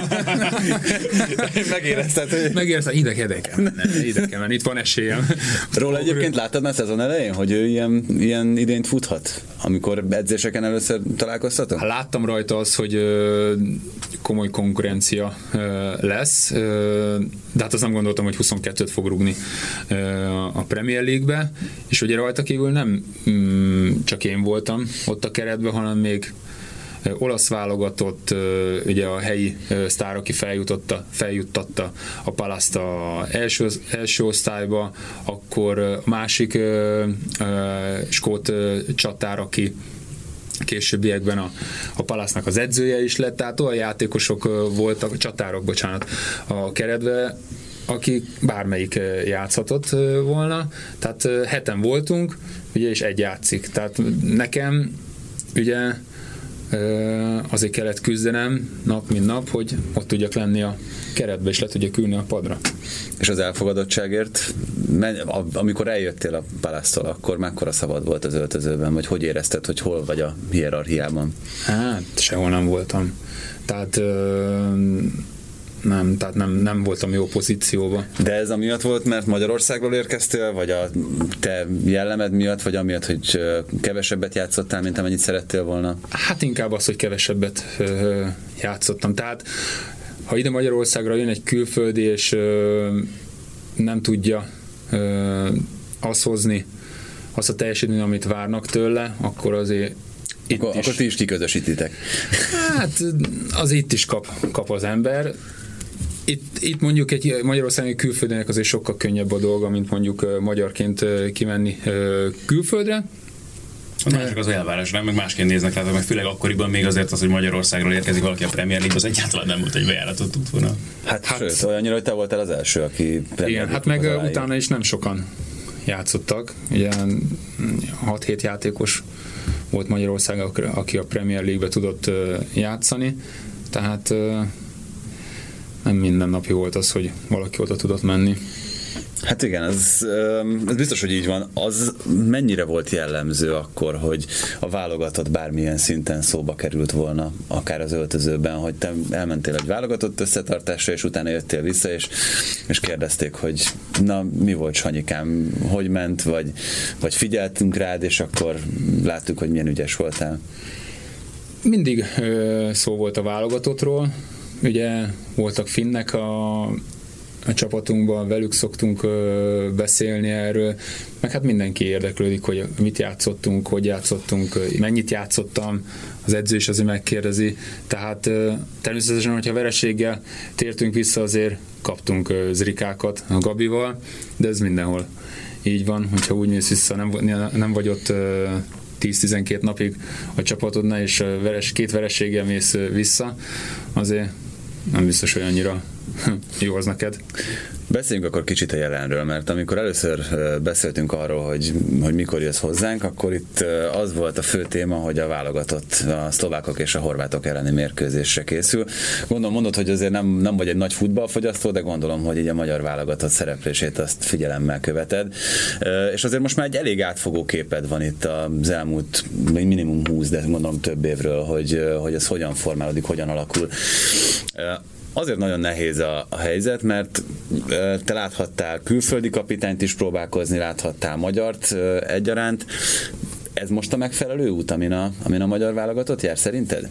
Megérezted, ide kell menni, itt van esélyem. Róla egyébként láttad már szezon elején, hogy ő ilyen idényt futhat, amikor edzéseken először találkoztatok? Hát láttam rajta azt, hogy komoly konkurencia lesz, de hát azt nem gondoltam, hogy 22-t fog rúgni a Premier League-be, és ugye rajta kívül nem csak én voltam ott a keretben, hanem még olasz válogatott, ugye a helyi sztár, aki feljuttatta a Palaszt a első osztályba, akkor a másik skót csatár, aki későbbiekben a Palasznak az edzője is lett, tehát olyan játékosok voltak, csatárok, bocsánat, a keretben, aki bármelyik játszhatott volna, tehát heten voltunk, ugye, és egy játszik. Tehát nekem ugye azért kellett küzdenem nap mint nap, hogy ott tudjak lenni a keretbe, és le tudjak ülni a padra. És az elfogadottságért, amikor eljöttél a Palasztól, akkor mekkora szabad volt az öltözőben, vagy hogy érezted, hogy hol vagy a hierarchiában? Hát, sehol nem voltam. Tehát nem voltam jó pozícióban. De ez amiatt volt, mert Magyarországról érkeztél, vagy a te jellemed miatt, vagy amiatt, hogy kevesebbet játszottál, mint amennyit szerettél volna? Hát inkább az, hogy kevesebbet játszottam. Tehát ha ide Magyarországra jön egy külföldi, és nem tudja azt hozni, azt a teljesítményt, amit várnak tőle, akkor azért akkor ti is kiközösítitek. Hát az itt is kap az ember. Itt mondjuk egy magyarországi külföldének azért sokkal könnyebb a dolga, mint mondjuk magyarként kimenni külföldre. Mások az elvárás, meg másként néznek rá, meg főleg akkoriban még azért az, hogy Magyarországról érkezik valaki a Premier League, az egyáltalán nem volt egy bejáratott útvonal. Hát sőt, olyannyira, hogy te voltál az első, aki igen, hát meg utána is nem sokan játszottak. Ugye 6-7 játékos volt Magyarország, aki a Premier League-be tudott játszani, tehát nem mindennapi volt az, hogy valaki oda tudott menni. Hát igen, ez biztos, hogy így van. Az mennyire volt jellemző akkor, hogy a válogatott bármilyen szinten szóba került volna, akár az öltözőben, hogy te elmentél egy válogatott összetartásra, és utána jöttél vissza, és kérdezték, hogy na, mi volt, Sanyikám, hogy ment, vagy figyeltünk rád, és akkor láttuk, hogy milyen ügyes voltál. Mindig szó volt a válogatottról. Ugye voltak finnek a csapatunkban, velük szoktunk beszélni erről, meg hát mindenki érdeklődik, hogy mit játszottunk, hogy játszottunk, mennyit játszottam, az edző is azért megkérdezi, tehát természetesen, hogyha vereséggel tértünk vissza, azért kaptunk zrikákat a Gabival, de ez mindenhol így van, hogyha úgy mész vissza, nem vagy ott 10-12 napig a csapatodnál, és két vereséggel mész vissza, azért nem biztos, hogy annyira jó az neked. Beszéljünk akkor kicsit a jelenről, mert amikor először beszéltünk arról, hogy mikor jössz hozzánk, akkor itt az volt a fő téma, hogy a válogatott a szlovákok és a horvátok elleni mérkőzésre készül. Gondolom mondod, hogy azért nem vagy egy nagy futballfogyasztó, de gondolom, hogy így a magyar válogatott szereplését azt figyelemmel követed. És azért most már egy elég átfogó képed van itt az elmúlt minimum 20, de gondolom több évről, hogy ez hogyan formálódik, hogyan alakul. Azért nagyon nehéz a helyzet, mert te láthattál külföldi kapitányt is próbálkozni, láthattál magyart egyaránt. Ez most a megfelelő út, amin a magyar válogatott jár szerinted?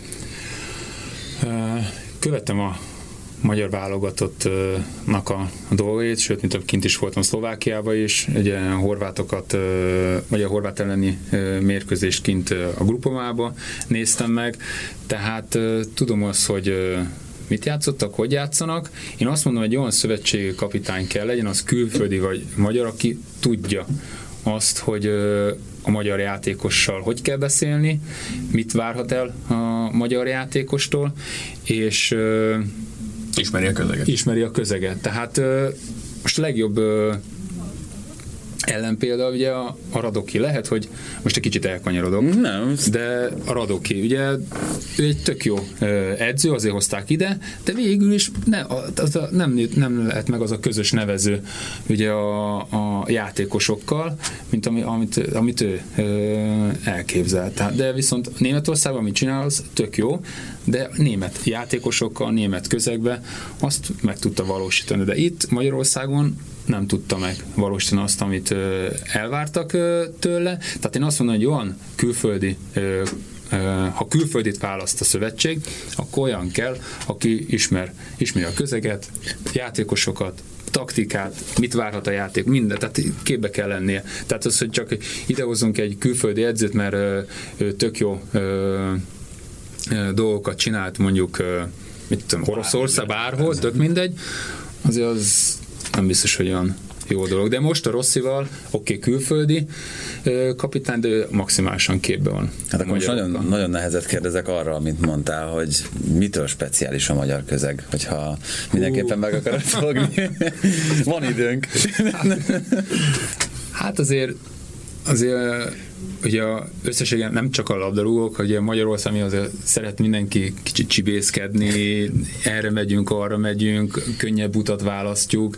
Követtem a magyar válogatottnak a dolgait, sőt, mint kint is voltam Szlovákiában is, ugye a horvátokat, vagy a horvát elleni mérkőzést kint a grupomába néztem meg, tehát tudom azt, hogy mit játszottak, hogy játszanak. Én azt mondom, hogy olyan szövetségi kapitány kell legyen, az külföldi vagy magyar, aki tudja azt, hogy a magyar játékossal hogy kell beszélni, mit várhat el a magyar játékostól, és ismeri a közeget. Tehát most a legjobb ellenpélda ugye a Radoki. Lehet, hogy most egy kicsit elkanyarodok, de a Radoki, ugye ő egy tök jó edző, azért hozták ide, de végül is nem lehet meg az a közös nevező ugye a játékosokkal, mint amit ő elképzelt. De viszont Németországban mit csinál, az tök jó, de német játékosokkal, német közegbe azt meg tudta valósítani. De itt Magyarországon nem tudta megvalósítani azt, amit elvártak tőle. Tehát én azt mondom, hogy olyan külföldi, ha külföldit választ a szövetség, akkor olyan kell, aki ismeri a közeget, játékosokat, taktikát, mit várhat a játék, mindent, tehát képbe kell lennie. Tehát az, hogy csak idehozunk egy külföldi edzőt, mert ő tök jó dolgokat csinált, mondjuk mit tudom, Oroszország, bárhol, tök mindegy, azért az nem biztos, hogy olyan jó dolog. De most a Rosszival, külföldi kapitány, de maximálisan képben van. Hát akkor most nagyon nehezet kérdezek arra, amit mondtál, hogy mitől speciális a magyar közeg, hogyha mindenképpen meg akarod fogni. Van időnk. Hát azért ugye összességében nem csak a labdarúgók, hogy Magyarországon azért szeret mindenki kicsit csibészkedni, erre megyünk, arra megyünk, könnyebb utat választjuk,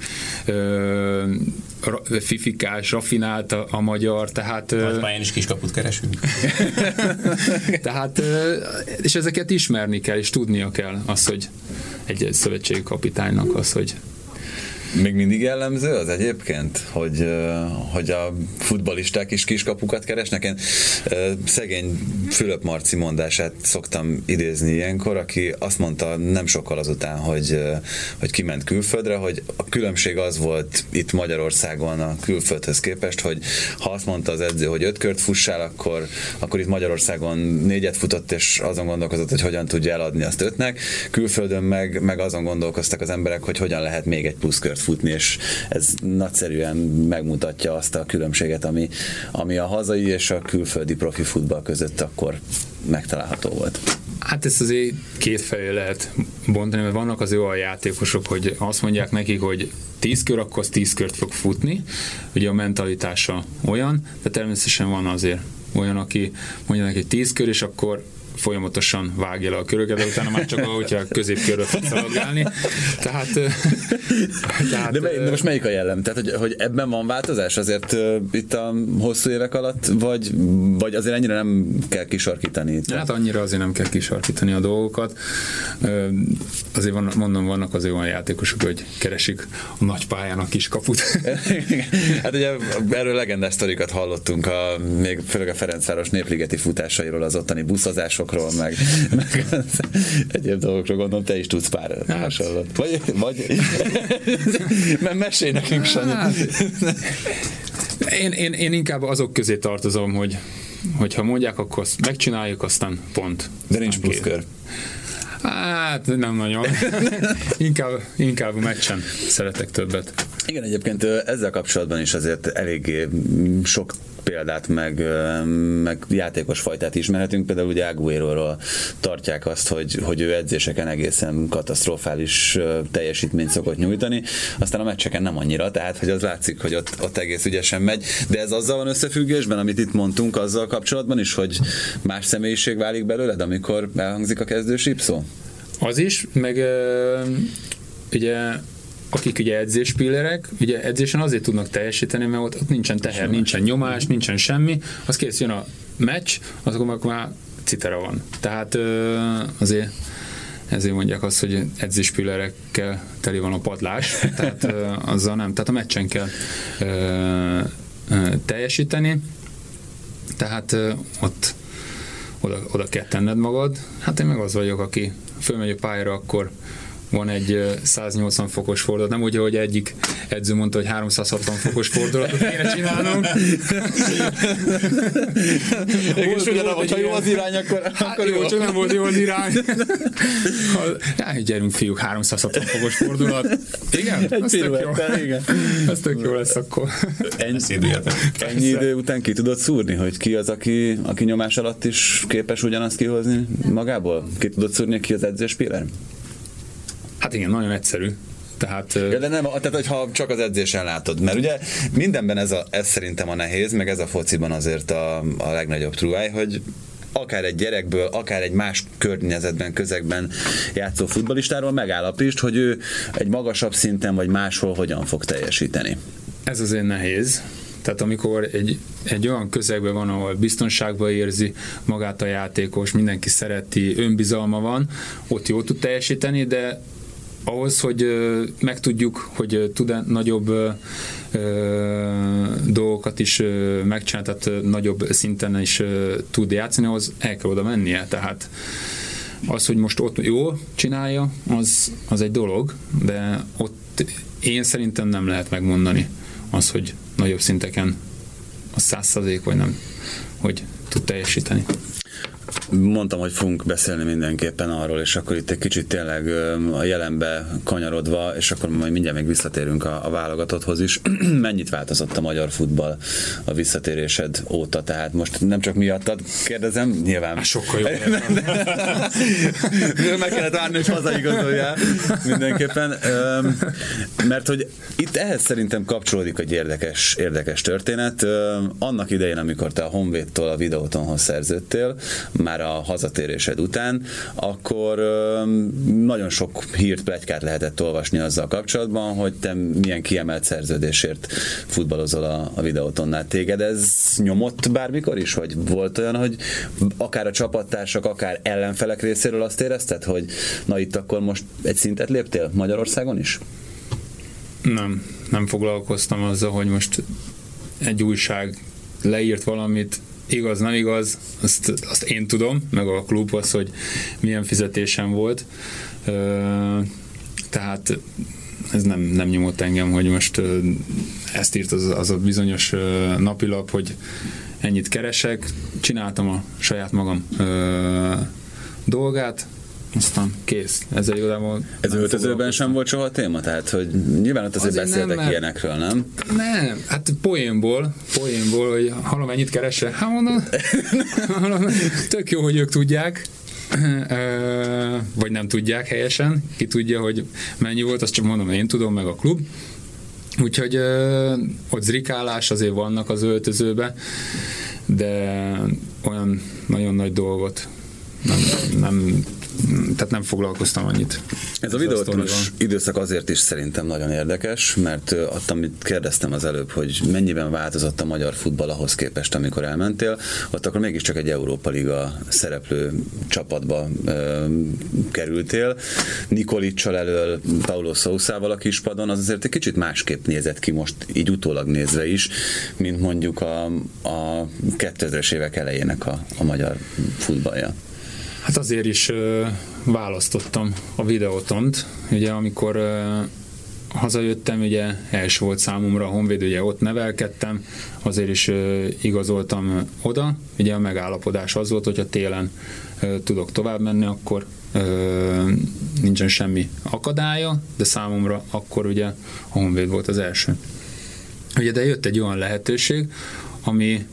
fifikás, rafinált a magyar, tehát... Nagypályán is kiskaput keresünk. Tehát, és ezeket ismerni kell, és tudnia kell azt, hogy egy szövetségi kapitánynak az, hogy még mindig jellemző az egyébként, hogy a futballisták is kiskapukat keresnek. Én szegény Fülöp Marci mondását szoktam idézni ilyenkor, aki azt mondta nem sokkal azután, hogy kiment külföldre, hogy a különbség az volt itt Magyarországon a külföldhöz képest, hogy ha azt mondta az edző, hogy 5 kört fussál, akkor itt Magyarországon 4-et futott, és azon gondolkozott, hogy hogyan tudja eladni azt 5-nek. Külföldön meg azon gondolkoztak az emberek, hogy hogyan lehet még egy plusz kört futni, és ez nagyszerűen megmutatja azt a különbséget, ami a hazai és a külföldi profi futball között akkor megtalálható volt. Hát ezt azért kétfelé lehet bontani, mert vannak az olyan játékosok, hogy azt mondják nekik, hogy 10 kör, akkor az 10 kört fog futni. Ugye a mentalitása olyan, de természetesen van azért olyan, aki mondja neki 10 kör, és akkor folyamatosan vágja le a köröket, de utána már csak ahogy a középkörről fog szaladgálni. Tehát de most melyik a jellem? Tehát, hogy ebben van változás azért itt a hosszú évek alatt, vagy azért ennyire nem kell kisarkítani? Hát annyira azért nem kell kisarkítani a dolgokat. Azért vannak azért olyan játékosok, hogy keresik a nagy pályán a kis kaput. Hát ugye erről legendás sztorikat hallottunk, még főleg a Ferencváros népligeti futásairól, az ottani buszozásokról, meg egyéb dolgokról, gondolom, te is tudsz pár hasonlót. Vagy mesélj nekünk, Sanyi. Én inkább azok közé tartozom, hogy ha mondják, akkor azt megcsináljuk, aztán pont. De nincs pluszkör. Hát nem nagyon. inkább a meccsen szeretek többet. Igen, egyébként ezzel kapcsolatban is azért eléggé sok példát, meg játékos fajtát ismerhetünk. Például ugye Agüeróról tartják azt, hogy ő edzéseken egészen katasztrofális teljesítményt szokott nyújtani, aztán a meccseken nem annyira, tehát hogy az látszik, hogy ott egész ügyesen megy, de ez azzal van összefüggésben, amit itt mondtunk, azzal kapcsolatban is, hogy más személyiség válik belőled, amikor elhangzik a kezdő sípszó? Az is, meg ugye akik ugye edzéspillerek, ugye edzésen azért tudnak teljesíteni, mert ott nincsen teher, nincsen nyomás, nincsen semmi, az kész, jön a meccs, azokon már citera van. Tehát azért ezért mondják azt, hogy edzéspillerekkel teli van a padlás, tehát azzal nem, tehát a meccsen kell teljesíteni, tehát ott oda kell tenned magad. Hát én meg az vagyok, aki fölmegy a pályára, akkor van egy 180 fokos fordulat, nem úgy, hogy egyik edző mondta, hogy 360 fokos fordulatot kéne csinálnunk. És ugyanaz, hogyha jó az irány, akkor jó. Csak nem volt jó az irány. Gyerünk fiúk, 360 fokos fordulat. Igen? Ez tök jó lesz akkor. Ennyi idő után ki tudod szúrni, hogy ki az, aki nyomás alatt is képes ugyanazt kihozni magából? Ki tudod szúrni, ki az edzőspiller? Hát igen, nagyon egyszerű. Tehát, de nem, tehát hogyha csak az edzésen látod, mert ugye mindenben ez szerintem a nehéz, meg ez a fociban azért a legnagyobb truváj, hogy akár egy gyerekből, akár egy más környezetben, közegben játszó futballistáról megállapítsd, hogy ő egy magasabb szinten vagy máshol hogyan fog teljesíteni. Ez azért nehéz. Tehát amikor egy olyan közegben van, ahol biztonságban érzi magát a játékos, mindenki szereti, önbizalma van, ott jól tud teljesíteni, de ahhoz, hogy megtudjuk, hogy tud-e nagyobb dolgokat is megcsinálni, tehát nagyobb szinten is tud játszani, ahhoz el kell oda mennie. Tehát az, hogy most ott jól csinálja, az egy dolog, de ott én szerintem nem lehet megmondani az, hogy nagyobb szinteken a 100% vagy nem, hogy tud teljesíteni. Mondtam, hogy fogunk beszélni mindenképpen arról, és akkor itt egy kicsit tényleg a jelenbe kanyarodva, és akkor majd mindjárt még visszatérünk a válogatotthoz is. Mennyit változott a magyar futball a visszatérésed óta? Tehát most nem csak miattad kérdezem, nyilván. Sokkal jobb. Meg kellett várni, hogy hazaigazoljál mindenképpen. Mert hogy itt ehhez szerintem kapcsolódik egy érdekes történet. Annak idején, amikor te a Honvédtól a Videótonhoz szerződtél, már a hazatérésed után, akkor nagyon sok hírt, pletykát lehetett olvasni azzal kapcsolatban, hogy te milyen kiemelt szerződésért futballozol a Videótonnál. Téged ez nyomott bármikor is? Vagy volt olyan, hogy akár a csapattársak, akár ellenfelek részéről azt érezted, hogy na itt akkor most egy szintet léptél Magyarországon is? Nem foglalkoztam azzal, hogy most egy újság leírt valamit, igaz, nem igaz, azt én tudom, meg a klub az, hogy milyen fizetésem volt. Tehát ez nem nyomott engem, hogy most ezt írt az a bizonyos napilap, hogy ennyit keresek. Csináltam a saját magam dolgát, aztán kész. Ezzel igazából ez öltözőben sem volt soha téma? Tehát, hogy nyilván ott azért beszéltek nem, ilyenekről, nem? Nem, hát poénból, hogy hallom, ennyit keresse. Hát mondom, tök jó, hogy ők tudják, vagy nem tudják helyesen, ki tudja, hogy mennyi volt, azt csak mondom, én tudom, meg a klub. Úgyhogy ott zrikálás azért vannak az öltözőbe, de olyan nagyon nagy dolgot tehát nem foglalkoztam annyit. Ez a videótonos időszak azért is szerintem nagyon érdekes, mert ott, amit kérdeztem az előbb, hogy mennyiben változott a magyar futball ahhoz képest, amikor elmentél, ott akkor mégiscsak egy Európa Liga szereplő csapatba kerültél. Nikolicsal elől, Paulo Sousával a kispadon, az azért egy kicsit másképp nézett ki most így utólag nézve is, mint mondjuk a 2000-es évek elejének a magyar futballja. Hát azért is választottam a Videótont. Ugye amikor hazajöttem, ugye első volt számomra a Honvéd, ugye ott nevelkedtem, azért is igazoltam oda. Ugye a megállapodás az volt, hogyha télen tudok tovább menni, akkor nincsen semmi akadálya, de számomra akkor ugye a Honvéd volt az első. Ugye de jött egy olyan lehetőség, ami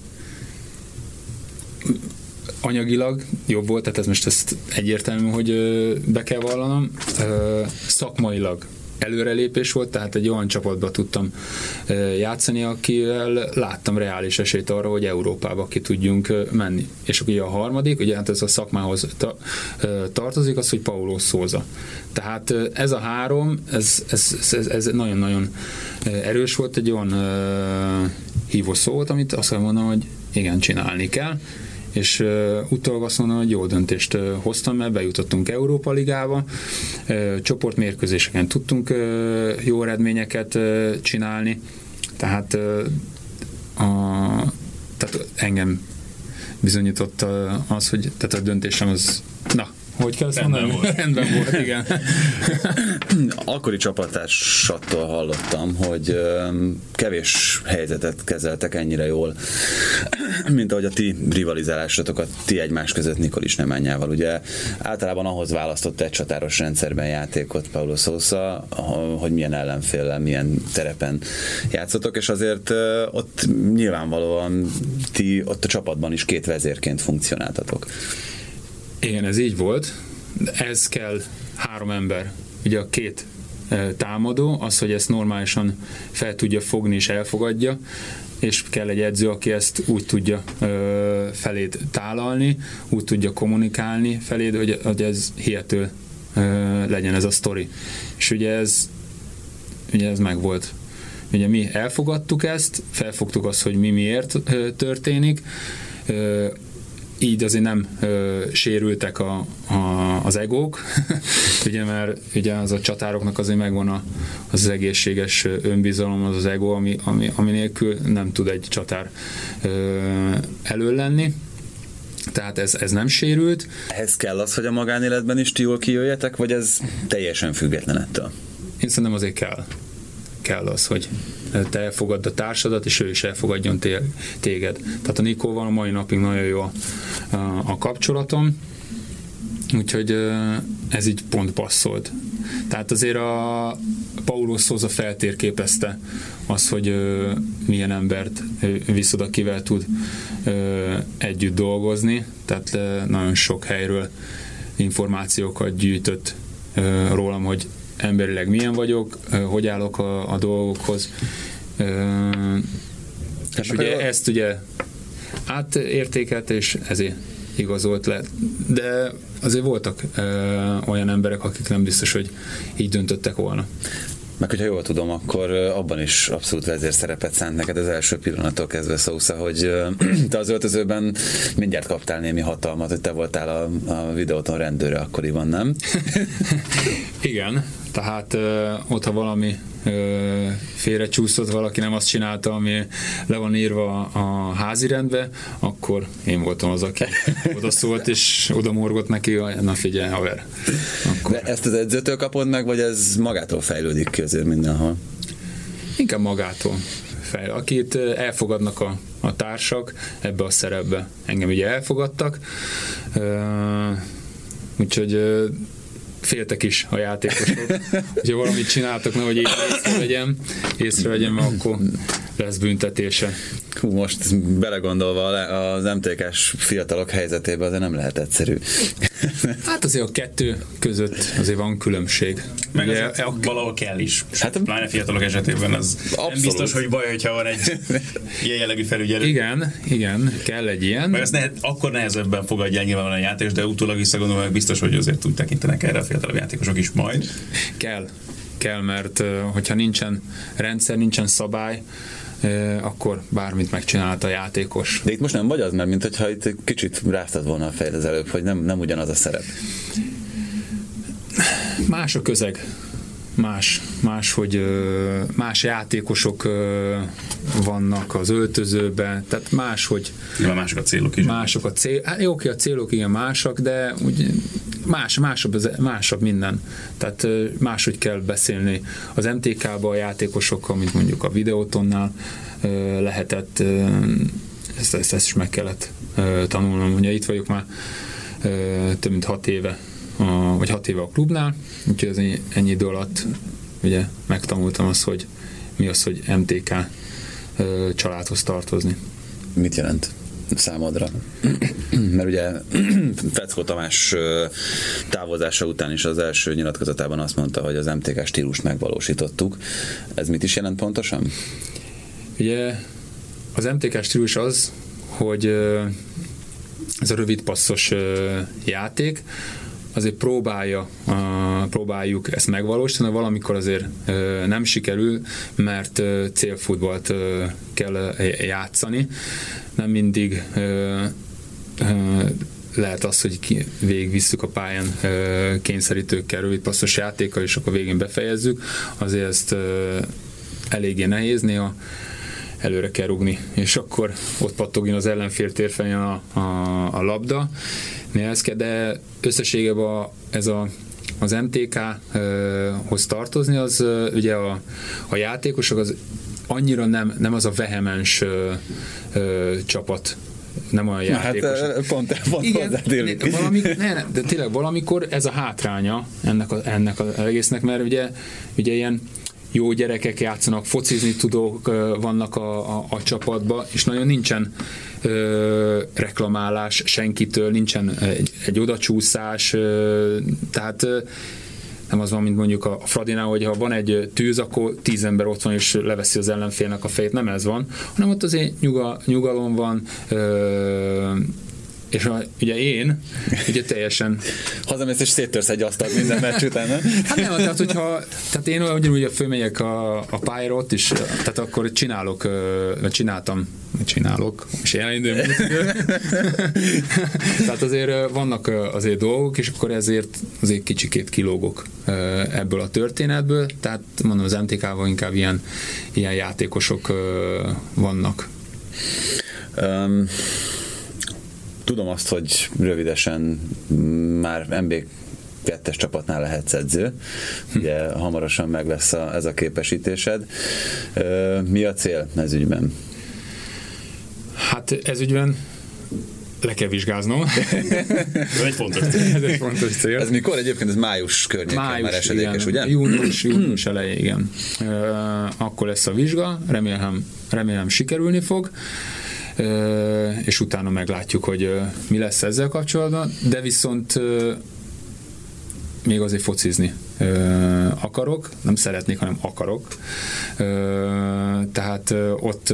anyagilag jobb volt, tehát ez most ezt egyértelmű, hogy be kell vallanom. Szakmailag előrelépés volt, tehát egy olyan csapatba tudtam játszani, akivel láttam reális esélyt arra, hogy Európába ki tudjunk menni. És ugye a harmadik, ugye hát ez a szakmához tartozik, az, hogy Paulo Sousa. Tehát ez a három, ez nagyon-nagyon erős volt, egy olyan hívó szó volt, amit azt kell mondanom, hogy igen, csinálni kell. És utólag azt mondom, hogy jó döntést hoztam, mert bejutottunk Európa Ligába, csoportmérkőzéseken tudtunk jó eredményeket csinálni, tehát engem bizonyított az, hogy tehát a döntésem az, Hogy kell ezt mondani? Rendben volt, igen. Akkori csapattársattól hallottam, hogy kevés helyzetet kezeltek ennyire jól, mint ahogy a ti rivalizálásotokat ti egymás között Nikolic Nemanyával. Ugye általában ahhoz választott egy csatáros rendszerben játékot Paulo Sousa, hogy milyen ellenféllel, milyen terepen játszotok, és azért ott nyilvánvalóan ti ott a csapatban is két vezérként funkcionáltatok. Igen, ez így volt. Ez kell 3 ember. Ugye a 2 támadó, az, hogy ezt normálisan fel tudja fogni és elfogadja, és kell egy edző, aki ezt úgy tudja feléd tálalni, úgy tudja kommunikálni feléd, hogy ez hihető legyen ez a sztori. És ugye ez megvolt. Ugye mi elfogadtuk ezt, felfogtuk azt, hogy mi miért történik, így azért nem sérültek az egók, ugye, mert ugye az a csatároknak azért megvan az egészséges önbizalom, az ego, ami nélkül nem tud egy csatár elől lenni. Tehát ez nem sérült. Ehhez kell az, hogy a magánéletben is ti jól kijöjjetek, vagy ez teljesen független ettől? Én szerintem azért kell az, hogy te elfogadd a társadat, és ő is elfogadjon téged. Tehát a Nikóval a mai napig nagyon jó a kapcsolatom, úgyhogy ez így pont passzolt. Tehát azért a Paulo Sousa feltérképezte az, hogy milyen embert visz oda, kivel tud együtt dolgozni, tehát nagyon sok helyről információkat gyűjtött rólam, hogy emberileg milyen vagyok, hogy állok a dolgokhoz. És ugye ezt ugye átértékelte, és ezért igazolt le. De azért voltak olyan emberek, akik nem biztos, hogy így döntöttek volna. Meg hogyha jól tudom, akkor abban is abszolút vezérszerepet szánt neked az első pillanattól kezdve, Sousa, hogy te az öltözőben mindjárt kaptál némi hatalmat, hogy te voltál a videóton rendőre akkoriban, nem? Igen, tehát ott, ha valami félrecsúszott, valaki nem azt csinálta, ami le van írva a házirendbe, akkor én voltam az, aki oda szólt, és oda morgott neki, na figyelj, haver. Akkor... De ezt az edzőtől kapod meg, vagy ez magától fejlődik ki azért mindenhol? Inkább magától fejlődik. Akit elfogadnak a társak ebbe a szerepbe. Engem ugye elfogadtak, úgyhogy féltek is a játékosok. Hogyha valamit csináltak, nehogy én észrevegyem, akkor lesz büntetése. Hú, most belegondolva az MTK-s fiatalok helyzetében azért nem lehet egyszerű. Hát azért a 2 között azért van különbség. Meg ugye, valahol kell is. Hát, pláne fiatalok esetében az abszolút. Nem biztos, hogy baj, hogyha van egy ilyen jellegű felügyelő. Igen, kell egy ilyen. Meg ezt akkor nehezebben fogadja nyilván a játék, de utólag visszagondolva meg biztos, hogy azért úgy tekintenek erre a fiatalabb játékosok is majd. Kell, mert hogyha nincsen rendszer, nincsen szabály, akkor bármit megcsinált a játékos. De itt most nem vagy az, mert mintha itt kicsit ráztad volna a fejed az előbb, hogy nem ugyanaz a szerep. Más a közeg. Hogy más játékosok vannak az öltözőben, tehát máshogy... Nyilván mások a célok is. Mások a célok, jó, a célok igen másak, de úgy másabb minden. Tehát máshogy kell beszélni. Az MTK-ban a játékosokkal, mint mondjuk a videótonnál lehetett, ezt is meg kellett tanulnom. Ugye itt vagyok már több mint 6 éve, vagy 6 éve a klubnál, úgyhogy az ennyi idő alatt ugye megtanultam azt, hogy mi az, hogy MTK családhoz tartozni. Mit jelent számodra? Mert ugye Feckó Tamás távozása után is az első nyilatkozatában azt mondta, hogy az MTK stílust megvalósítottuk. Ez mit is jelent pontosan? Ugye az MTK stílus az, hogy ez a rövid passzos játék, azért próbáljuk ezt megvalósítani, valamikor azért nem sikerül, mert célfutballt kell játszani. Nem mindig lehet az, hogy végigvisszük a pályán kényszerítőkkel, rövid passzos játékkal, és akkor végén befejezzük. Azért ezt eléggé nehéz, néha előre kell rúgni, és akkor ott pattogjon az ellenfél térfelén a labda. nehezke, de összességében az MTK-hoz tartozni, az ugye a játékosok az annyira nem az a vehemens csapat, nem olyan játékos. Hát pont hozzátérünk. De tényleg valamikor ez a hátránya ennek az egésznek, mert ugye ilyen jó gyerekek játszanak, focizni tudók vannak a csapatban, és nagyon nincsen reklamálás senkitől, nincsen egy odacsúszás, tehát nem az van, mint mondjuk a Fradinál, hogy ha van egy tűz, akkor 10 ember ott van, és leveszi az ellenfélnek a fejét, nem ez van, hanem ott azért nyugalom van, és ugye én, ugye teljesen... Hazamész és széttörsz egy asztalt minden meccs után, nem? Hát nem, tehát én ugyanúgy fölmegyek a pályára ott is, tehát akkor csinálok, és elindul. Tehát azért vannak azért dolgok, és akkor ezért azért kicsikét kilógok ebből a történetből, tehát mondom, az MTK-val inkább ilyen játékosok vannak. Tudom azt, hogy rövidesen már MB2-es csapatnál lehetsz edző. Ugye hamarosan meg lesz ez a képesítésed. Mi a cél ez ügyben? Hát ez ügyben le kell vizsgáznom. Ez egy fontos cél. Ez mikor egyébként? Ez május környékén már esedékes, igen. ugye? Június eleje, igen. Akkor lesz a vizsga, remélem sikerülni fog, és utána meglátjuk, hogy mi lesz ezzel kapcsolatban, de viszont még azért focizni akarok, nem szeretnék, hanem akarok. Tehát ott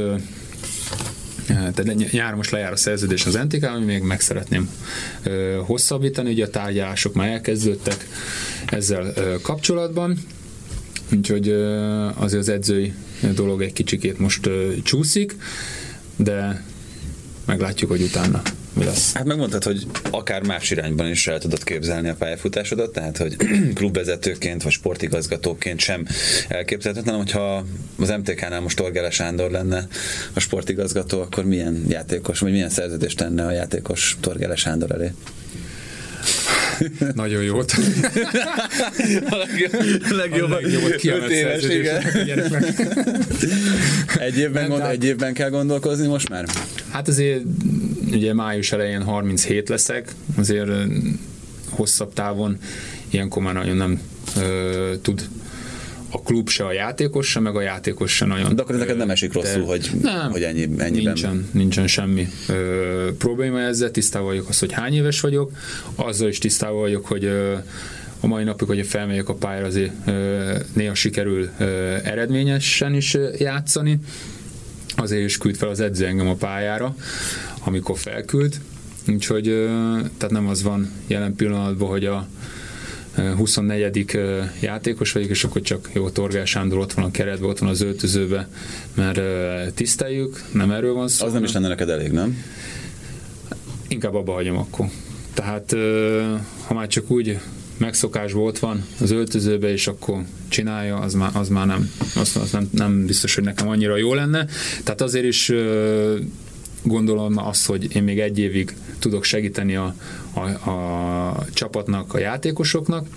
nyáron most lejár a szerződés az NTK, ami még meg szeretném hosszabbítani, ugye a tárgyalások már elkezdődtek ezzel kapcsolatban, úgyhogy azért az edzői dolog egy kicsikét most csúszik, de meglátjuk, hogy utána mi lesz. Hát megmondtad, hogy akár más irányban is el tudod képzelni a pályafutásodat, tehát hogy klubvezetőként vagy sportigazgatóként sem elképzelhetetlen, hogyha az MTK-nál most Torgele Sándor lenne a sportigazgató, akkor milyen játékos, vagy milyen szerződést tenne a játékos Torgele Sándor elé? Nagyon jót. A legjobbat 5 éves, igen. Egy évben kell gondolkozni most már? Hát azért ugye május elején 37 leszek, azért hosszabb távon ilyenkor már nagyon nem tud a klub se, a játékos se, meg a játékos se nagyon. De akkor neked nem esik rosszul, hogy ennyiben? Nincsen semmi probléma ezzel, tisztában vagyok az, hogy hány éves vagyok, azzal is tisztában vagyok, hogy a mai napig, hogy felmegyek a pályára, azért néha sikerül eredményesen is játszani, azért is küld fel az edző engem a pályára, amikor felküld, úgyhogy tehát nem az van jelen pillanatban, hogy a 24. játékos vagyok, és akkor csak jó, Torgel Sándor ott van a keretben, ott van az öltözőben, mert tiszteljük, nem erről van szó. Az nem is lenne neked elég, nem? Inkább abba hagyom akkor. Tehát ha már csak úgy megszokásban ott van az öltözőben, és akkor csinálja, az már nem biztos, hogy nekem annyira jó lenne. Tehát azért is gondolom azt, hogy én még egy évig tudok segíteni a csapatnak, a játékosoknak,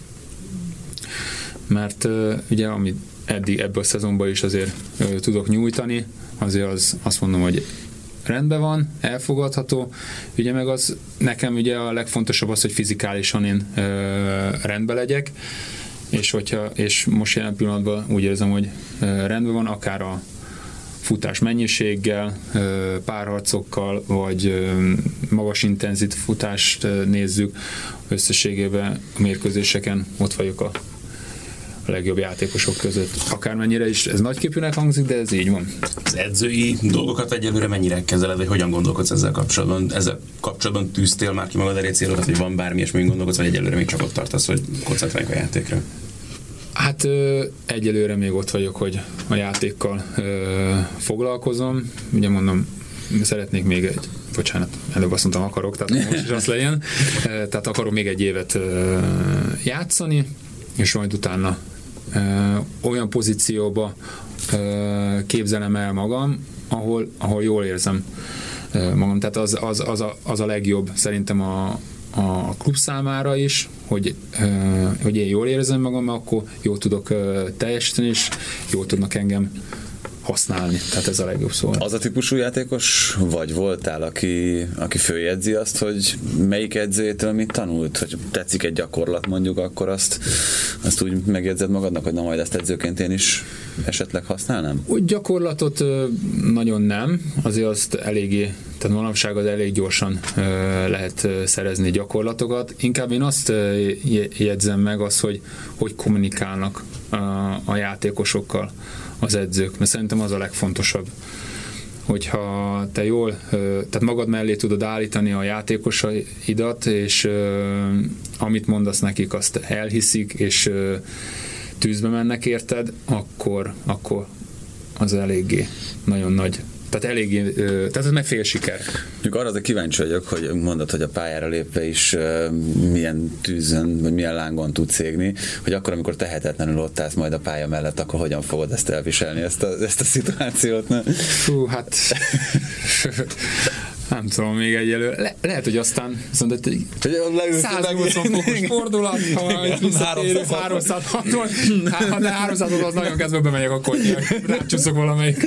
mert ugye amit eddig ebből a szezonban is azért tudok nyújtani, azért azt mondom, hogy rendben van, elfogadható, ugye meg az nekem ugye a legfontosabb az, hogy fizikálisan én rendben legyek, és most jelen pillanatban úgy érzem, hogy rendben van, akár a futás mennyiséggel, párharcokkal, vagy magas intenzit futást nézzük, összességében a mérkőzéseken ott vagyok a legjobb játékosok között. Akármennyire is ez nagyképűnek hangzik, de ez így van. Az edzői dolgokat egyelőre mennyire kezeled, vagy hogyan gondolkodsz ezzel kapcsolatban? Ezzel kapcsolatban tűztél már ki magad elé célokat, hogy van bármi, és még gondolkodsz, vagy egyelőre még csak ott tartasz, hogy koncentráljunk a játékra? Hát egyelőre még ott vagyok, hogy a játékkal foglalkozom. Ugye mondom, szeretnék még előbb azt mondtam akarok, tehát most is az legyen. Tehát akarok még egy évet játszani, és majd utána olyan pozícióba képzelem el magam, ahol jól érzem magam. Tehát az a legjobb szerintem a klub számára is, hogy én jól érzem magam, akkor jól tudok teljesíteni, és jól tudnak engem használni. Tehát ez a legjobb szó. Az a típusú játékos vagy voltál, aki följegyzi azt, hogy melyik edzőjétől mit tanult? Hogy tetszik egy gyakorlat mondjuk, akkor azt úgy megjegyzed magadnak, hogy na majd ezt edzőként én is esetleg használnám? Úgy gyakorlatot nagyon nem, azért azt eléggé, tehát manapság az elég gyorsan lehet szerezni gyakorlatokat. Inkább én azt jegyzem meg, hogy kommunikálnak a játékosokkal az edzők, mert szerintem az a legfontosabb, hogyha te jól, tehát magad mellé tudod állítani a játékosaidat, és amit mondasz nekik, azt elhiszik, és tűzbe mennek érted, akkor az eléggé nagyon nagy. Tehát eléggé, tehát ez meg fél siker. Arra azért kíváncsi vagyok, hogy mondod, hogy a pályára lépve is milyen tűzön, vagy milyen lángon tudsz égni, hogy akkor, amikor tehetetlenül ott állsz majd a pálya mellett, akkor hogyan fogod ezt elviselni, ezt a szituációt? Ne? Fú, hát nem tudom, még egyelőre. Lehet, hogy aztán viszont egy 180 fokos fordulat, ha visszatérő 306-ot, ha ne 300-ot, az nagyon kezdve bemegyek a kocsinak, rácsúszok valamelyik.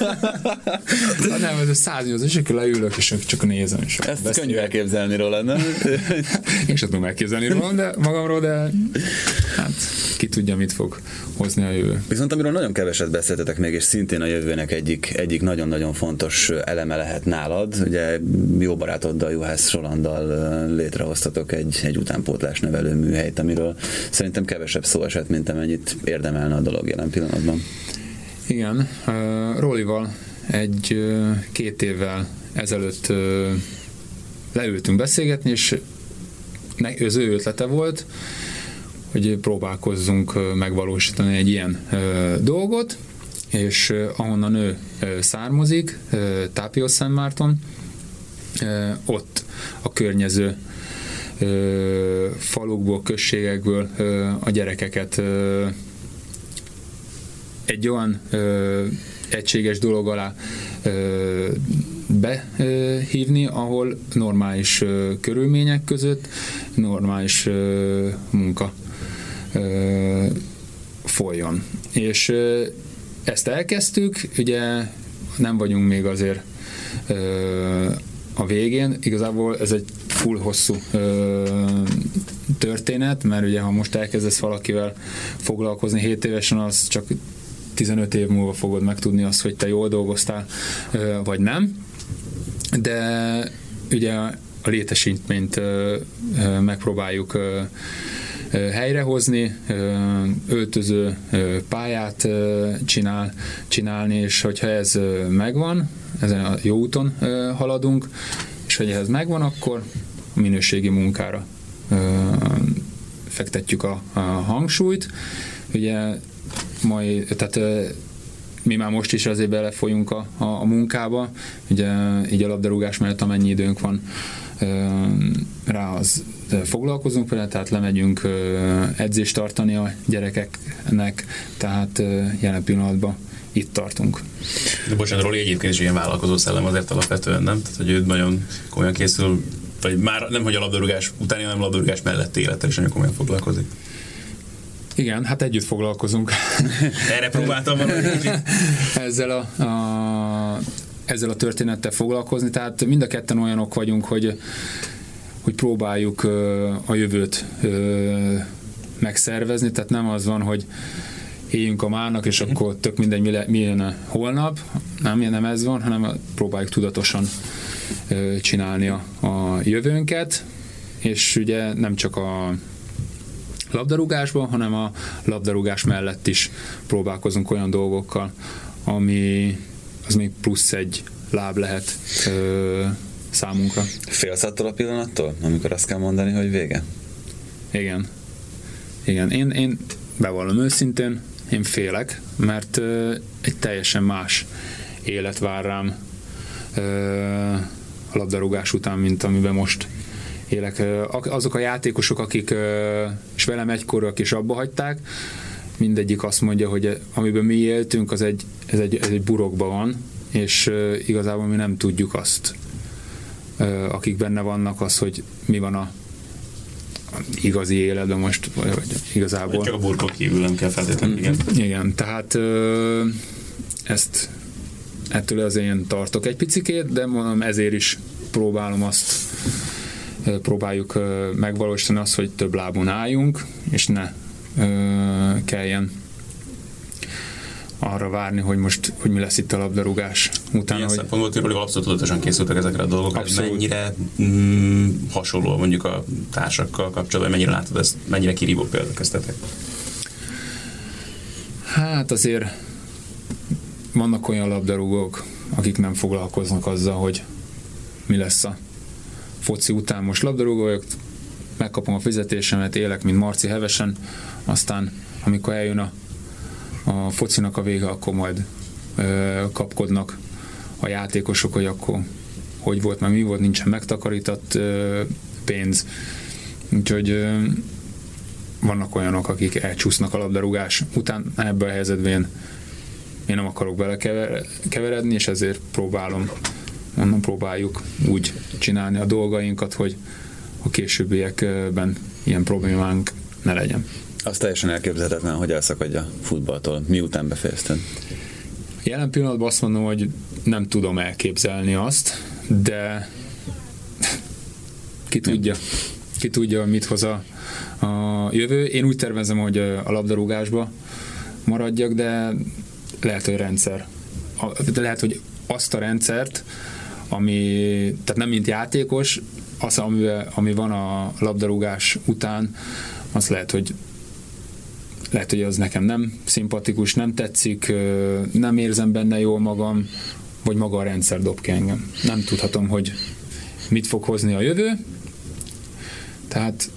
Nem, ez 108, és akkor leülök, és csak nézem. És ezt beszél. Könnyű elképzelni róla, nem? Én sem tudom elképzelni róla, magamról, de hát ki tudja, mit fog hozni a jövő. Viszont amiről nagyon keveset beszéltetek még, és szintén a jövőnek egyik nagyon-nagyon fontos eleme lehet nálad, ugye jó barátoddal, Juhász Rolanddal létrehoztatok egy utánpótlás nevelő műhelyt, amiről szerintem kevesebb szó esett, mint amennyit érdemelne a dolog jelen pillanatban. Igen, Rolival 2 évvel ezelőtt leültünk beszélgetni, és az ő ötlete volt, hogy próbálkozzunk megvalósítani egy ilyen dolgot, és ahonnan ő származik, Tápió-Szentmárton, ott a környező falukból, községekből a gyerekeket egy olyan egységes dolog alá behívni, ahol normális körülmények között normális munka folyjon. És ezt elkezdtük, ugye nem vagyunk még azért a végén, igazából ez egy full hosszú történet, mert ugye ha most elkezdesz valakivel foglalkozni 7 évesen, az csak 15 év múlva fogod megtudni azt, hogy te jól dolgoztál, vagy nem. De ugye a létesítményt megpróbáljuk helyrehozni, öltöző pályát csinálni, és hogyha ez megvan, ezen a jó úton haladunk, és hogy ez megvan, akkor a minőségi munkára fektetjük a hangsúlyt. Ugye tehát mi már most is azért belefolyunk a munkába, ugye így a labdarúgás mellett amennyi időnk van rá, az foglalkozunk vele, tehát lemegyünk edzést tartani a gyerekeknek, tehát jelen pillanatban itt tartunk. De bocsánat, Roli egyébként is ilyen vállalkozó szellem azért alapvetően, nem? Tehát, hogy ő nagyon komolyan készül, vagy már nem, hogy a labdarúgás utáni, hanem a labdarúgás melletti élettel is nagyon komolyan foglalkozik. Igen, hát együtt foglalkozunk. Erre próbáltam valami kicsit. Ezzel a történettel foglalkozni, tehát mind a ketten olyanok vagyunk, hogy próbáljuk a jövőt megszervezni, tehát nem az van, hogy éljünk a márnak, és akkor tök mindegy, mi jön holnap, nem ez van, hanem próbáljuk tudatosan csinálni a jövőnket, és ugye nem csak a labdarúgásban, hanem a labdarúgás mellett is próbálkozunk olyan dolgokkal, ami az még plusz egy láb lehet számunkra. Félsz attól a pillanattól, amikor azt kell mondani, hogy vége? Igen. Én bevallom őszintén, én félek, mert egy teljesen más élet vár rám a labdarúgás után, mint amiben most élek. Azok a játékosok, akik és velem egykorúak is abba hagyták, mindegyik azt mondja, hogy amiben mi éltünk, ez egy burokban van, és igazából mi nem tudjuk azt, akik benne vannak, az, hogy mi van a igazi életben most, vagy igazából. Csak a burkon kívül nem kell feltétlenül, igen. Igen, tehát ettől azért én tartok egy picikét, de mondom, ezért is próbáljuk megvalósítani azt, hogy több lábon álljunk, és ne kelljen arra várni, hogy mi lesz itt a labdarúgás után. Ilyen szempontból körülbelül abszolút tudatosan készültek ezekre a dolgokra. Mennyire hasonló mondjuk a társakkal kapcsolatban, mennyire látod ezt, mennyire kirívó példa köztetek? Hát azért vannak olyan labdarúgók, akik nem foglalkoznak azzal, hogy mi lesz a foci után. Most labdarúgó vagyok, megkapom a fizetésemet, élek, mint Marci hevesen, aztán amikor eljön a focinak a vége, akkor majd kapkodnak a játékosok, hogy akkor hogy volt, mert mi volt, nincsen megtakarított pénz. Úgyhogy vannak olyanok, akik elcsúsznak a labdarúgás után, ebben a helyzetben én nem akarok belekeveredni, és ezért próbáljuk úgy csinálni a dolgainkat, hogy a későbbiekben ilyen problémánk ne legyen. Az teljesen elképzelhetetlen, hogy elszakadj a futballtól, miután befejezted. Jelen pillanatban azt mondom, hogy nem tudom elképzelni azt, de ki tudja, mit hoz a jövő. Én úgy tervezem, hogy a labdarúgásba maradjak, de lehet, hogy lehet, hogy azt a rendszert, tehát nem mint játékos, az, ami van a labdarúgás után, az lehet, hogy az nekem nem szimpatikus, nem tetszik, nem érzem benne jól magam, vagy maga a rendszer dob ki engem. Nem tudhatom, hogy mit fog hozni a jövő, tehát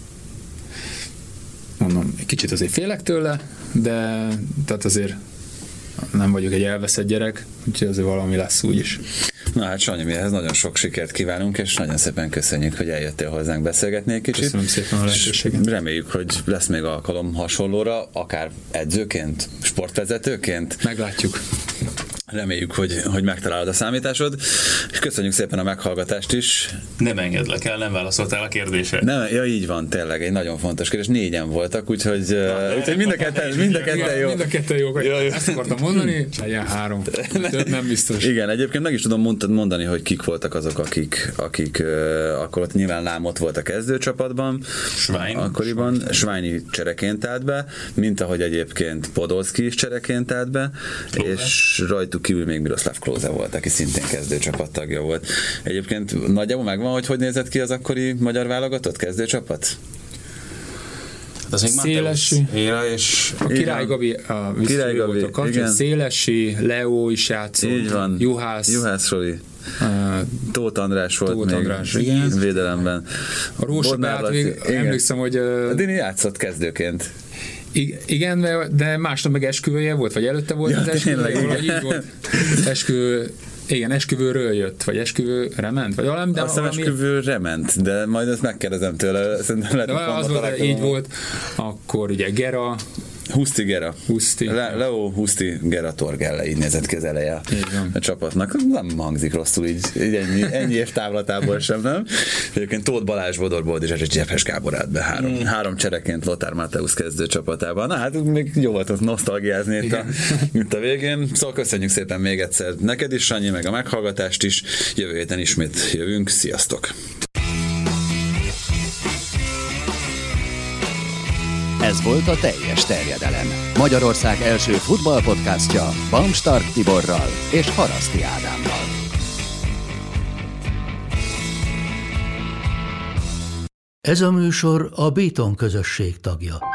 mondom, egy kicsit azért félek tőle, de tehát azért nem vagyok egy elveszett gyerek, úgyhogy azért valami lesz úgyis. Na hát Sanyi, mi ehhez nagyon sok sikert kívánunk, és nagyon szépen köszönjük, hogy eljöttél hozzánk beszélgetni egy kicsit. Köszönöm szépen a lehetőséget. Reméljük, hogy lesz még alkalom hasonlóra, akár edzőként, sportvezetőként. Meglátjuk. Reméljük, hogy megtalálod a számításod, és köszönjük szépen a meghallgatást is. Nem engedlek el, nem válaszoltál a kérdésre. Nem, ja, így van, tényleg, egy nagyon fontos kérdés. 4-en voltak, úgyhogy mind a ketten jó. Mind a ketten jók. Ezt akartam mondani, legyen 3. Több nem biztos. Igen, egyébként meg is tudom mondani, hogy kik voltak azok, akik akkor ott nyilván Lám ott volt a kezdőcsapatban. Akkoriban Sványi csereként állt be, mint ahogy egyébként Podolszki is csereként állt be, és rajtuk kívül még Miroslav Klose volt, aki szintén kezdőcsapattagja volt. Egyébként nagyjából megvan, hogy nézett ki az akkori magyar válogatott kezdőcsapat? Az még Szélesi, és a Király Gabi, Szélesi, Leo is játszott, Juhász Roli. Tóth András volt Tóth még András, igen. Védelemben. A Rósa Beát még emlékszem, hogy... Dini játszott kezdőként. Igen, de másnap meg esküvője volt, vagy előtte volt az esküvője, vagy így volt. Esküvőről jött, vagy esküvőre ment, vagy valami. Azt hiszem esküvőre ment, de majd ezt megkérdezem tőle. De az volt, így volt, akkor ugye Gera, Huszti Gera. Leo Huszti Gera Torgelle, így nézett ki az eleje a csapatnak. Nem hangzik rosszul így ennyi év távlatából sem, nem? Egyébként Tóth Balázs, Bodor Bold és Gyepes Gábor állt be három csereként Lothar Matthäus kezdő csapatában. Na hát még jó volt ott nosztalgiázni itt a végén. Szóval köszönjük szépen még egyszer neked is, Sanyi, meg a meghallgatást is. Jövő héten ismét jövünk. Sziasztok! Ez volt a Teljes terjedelem. Magyarország első futballpodcastja Bamstark Tiborral és Haraszti Ádámmal. Ez a műsor a Béton közösség tagja.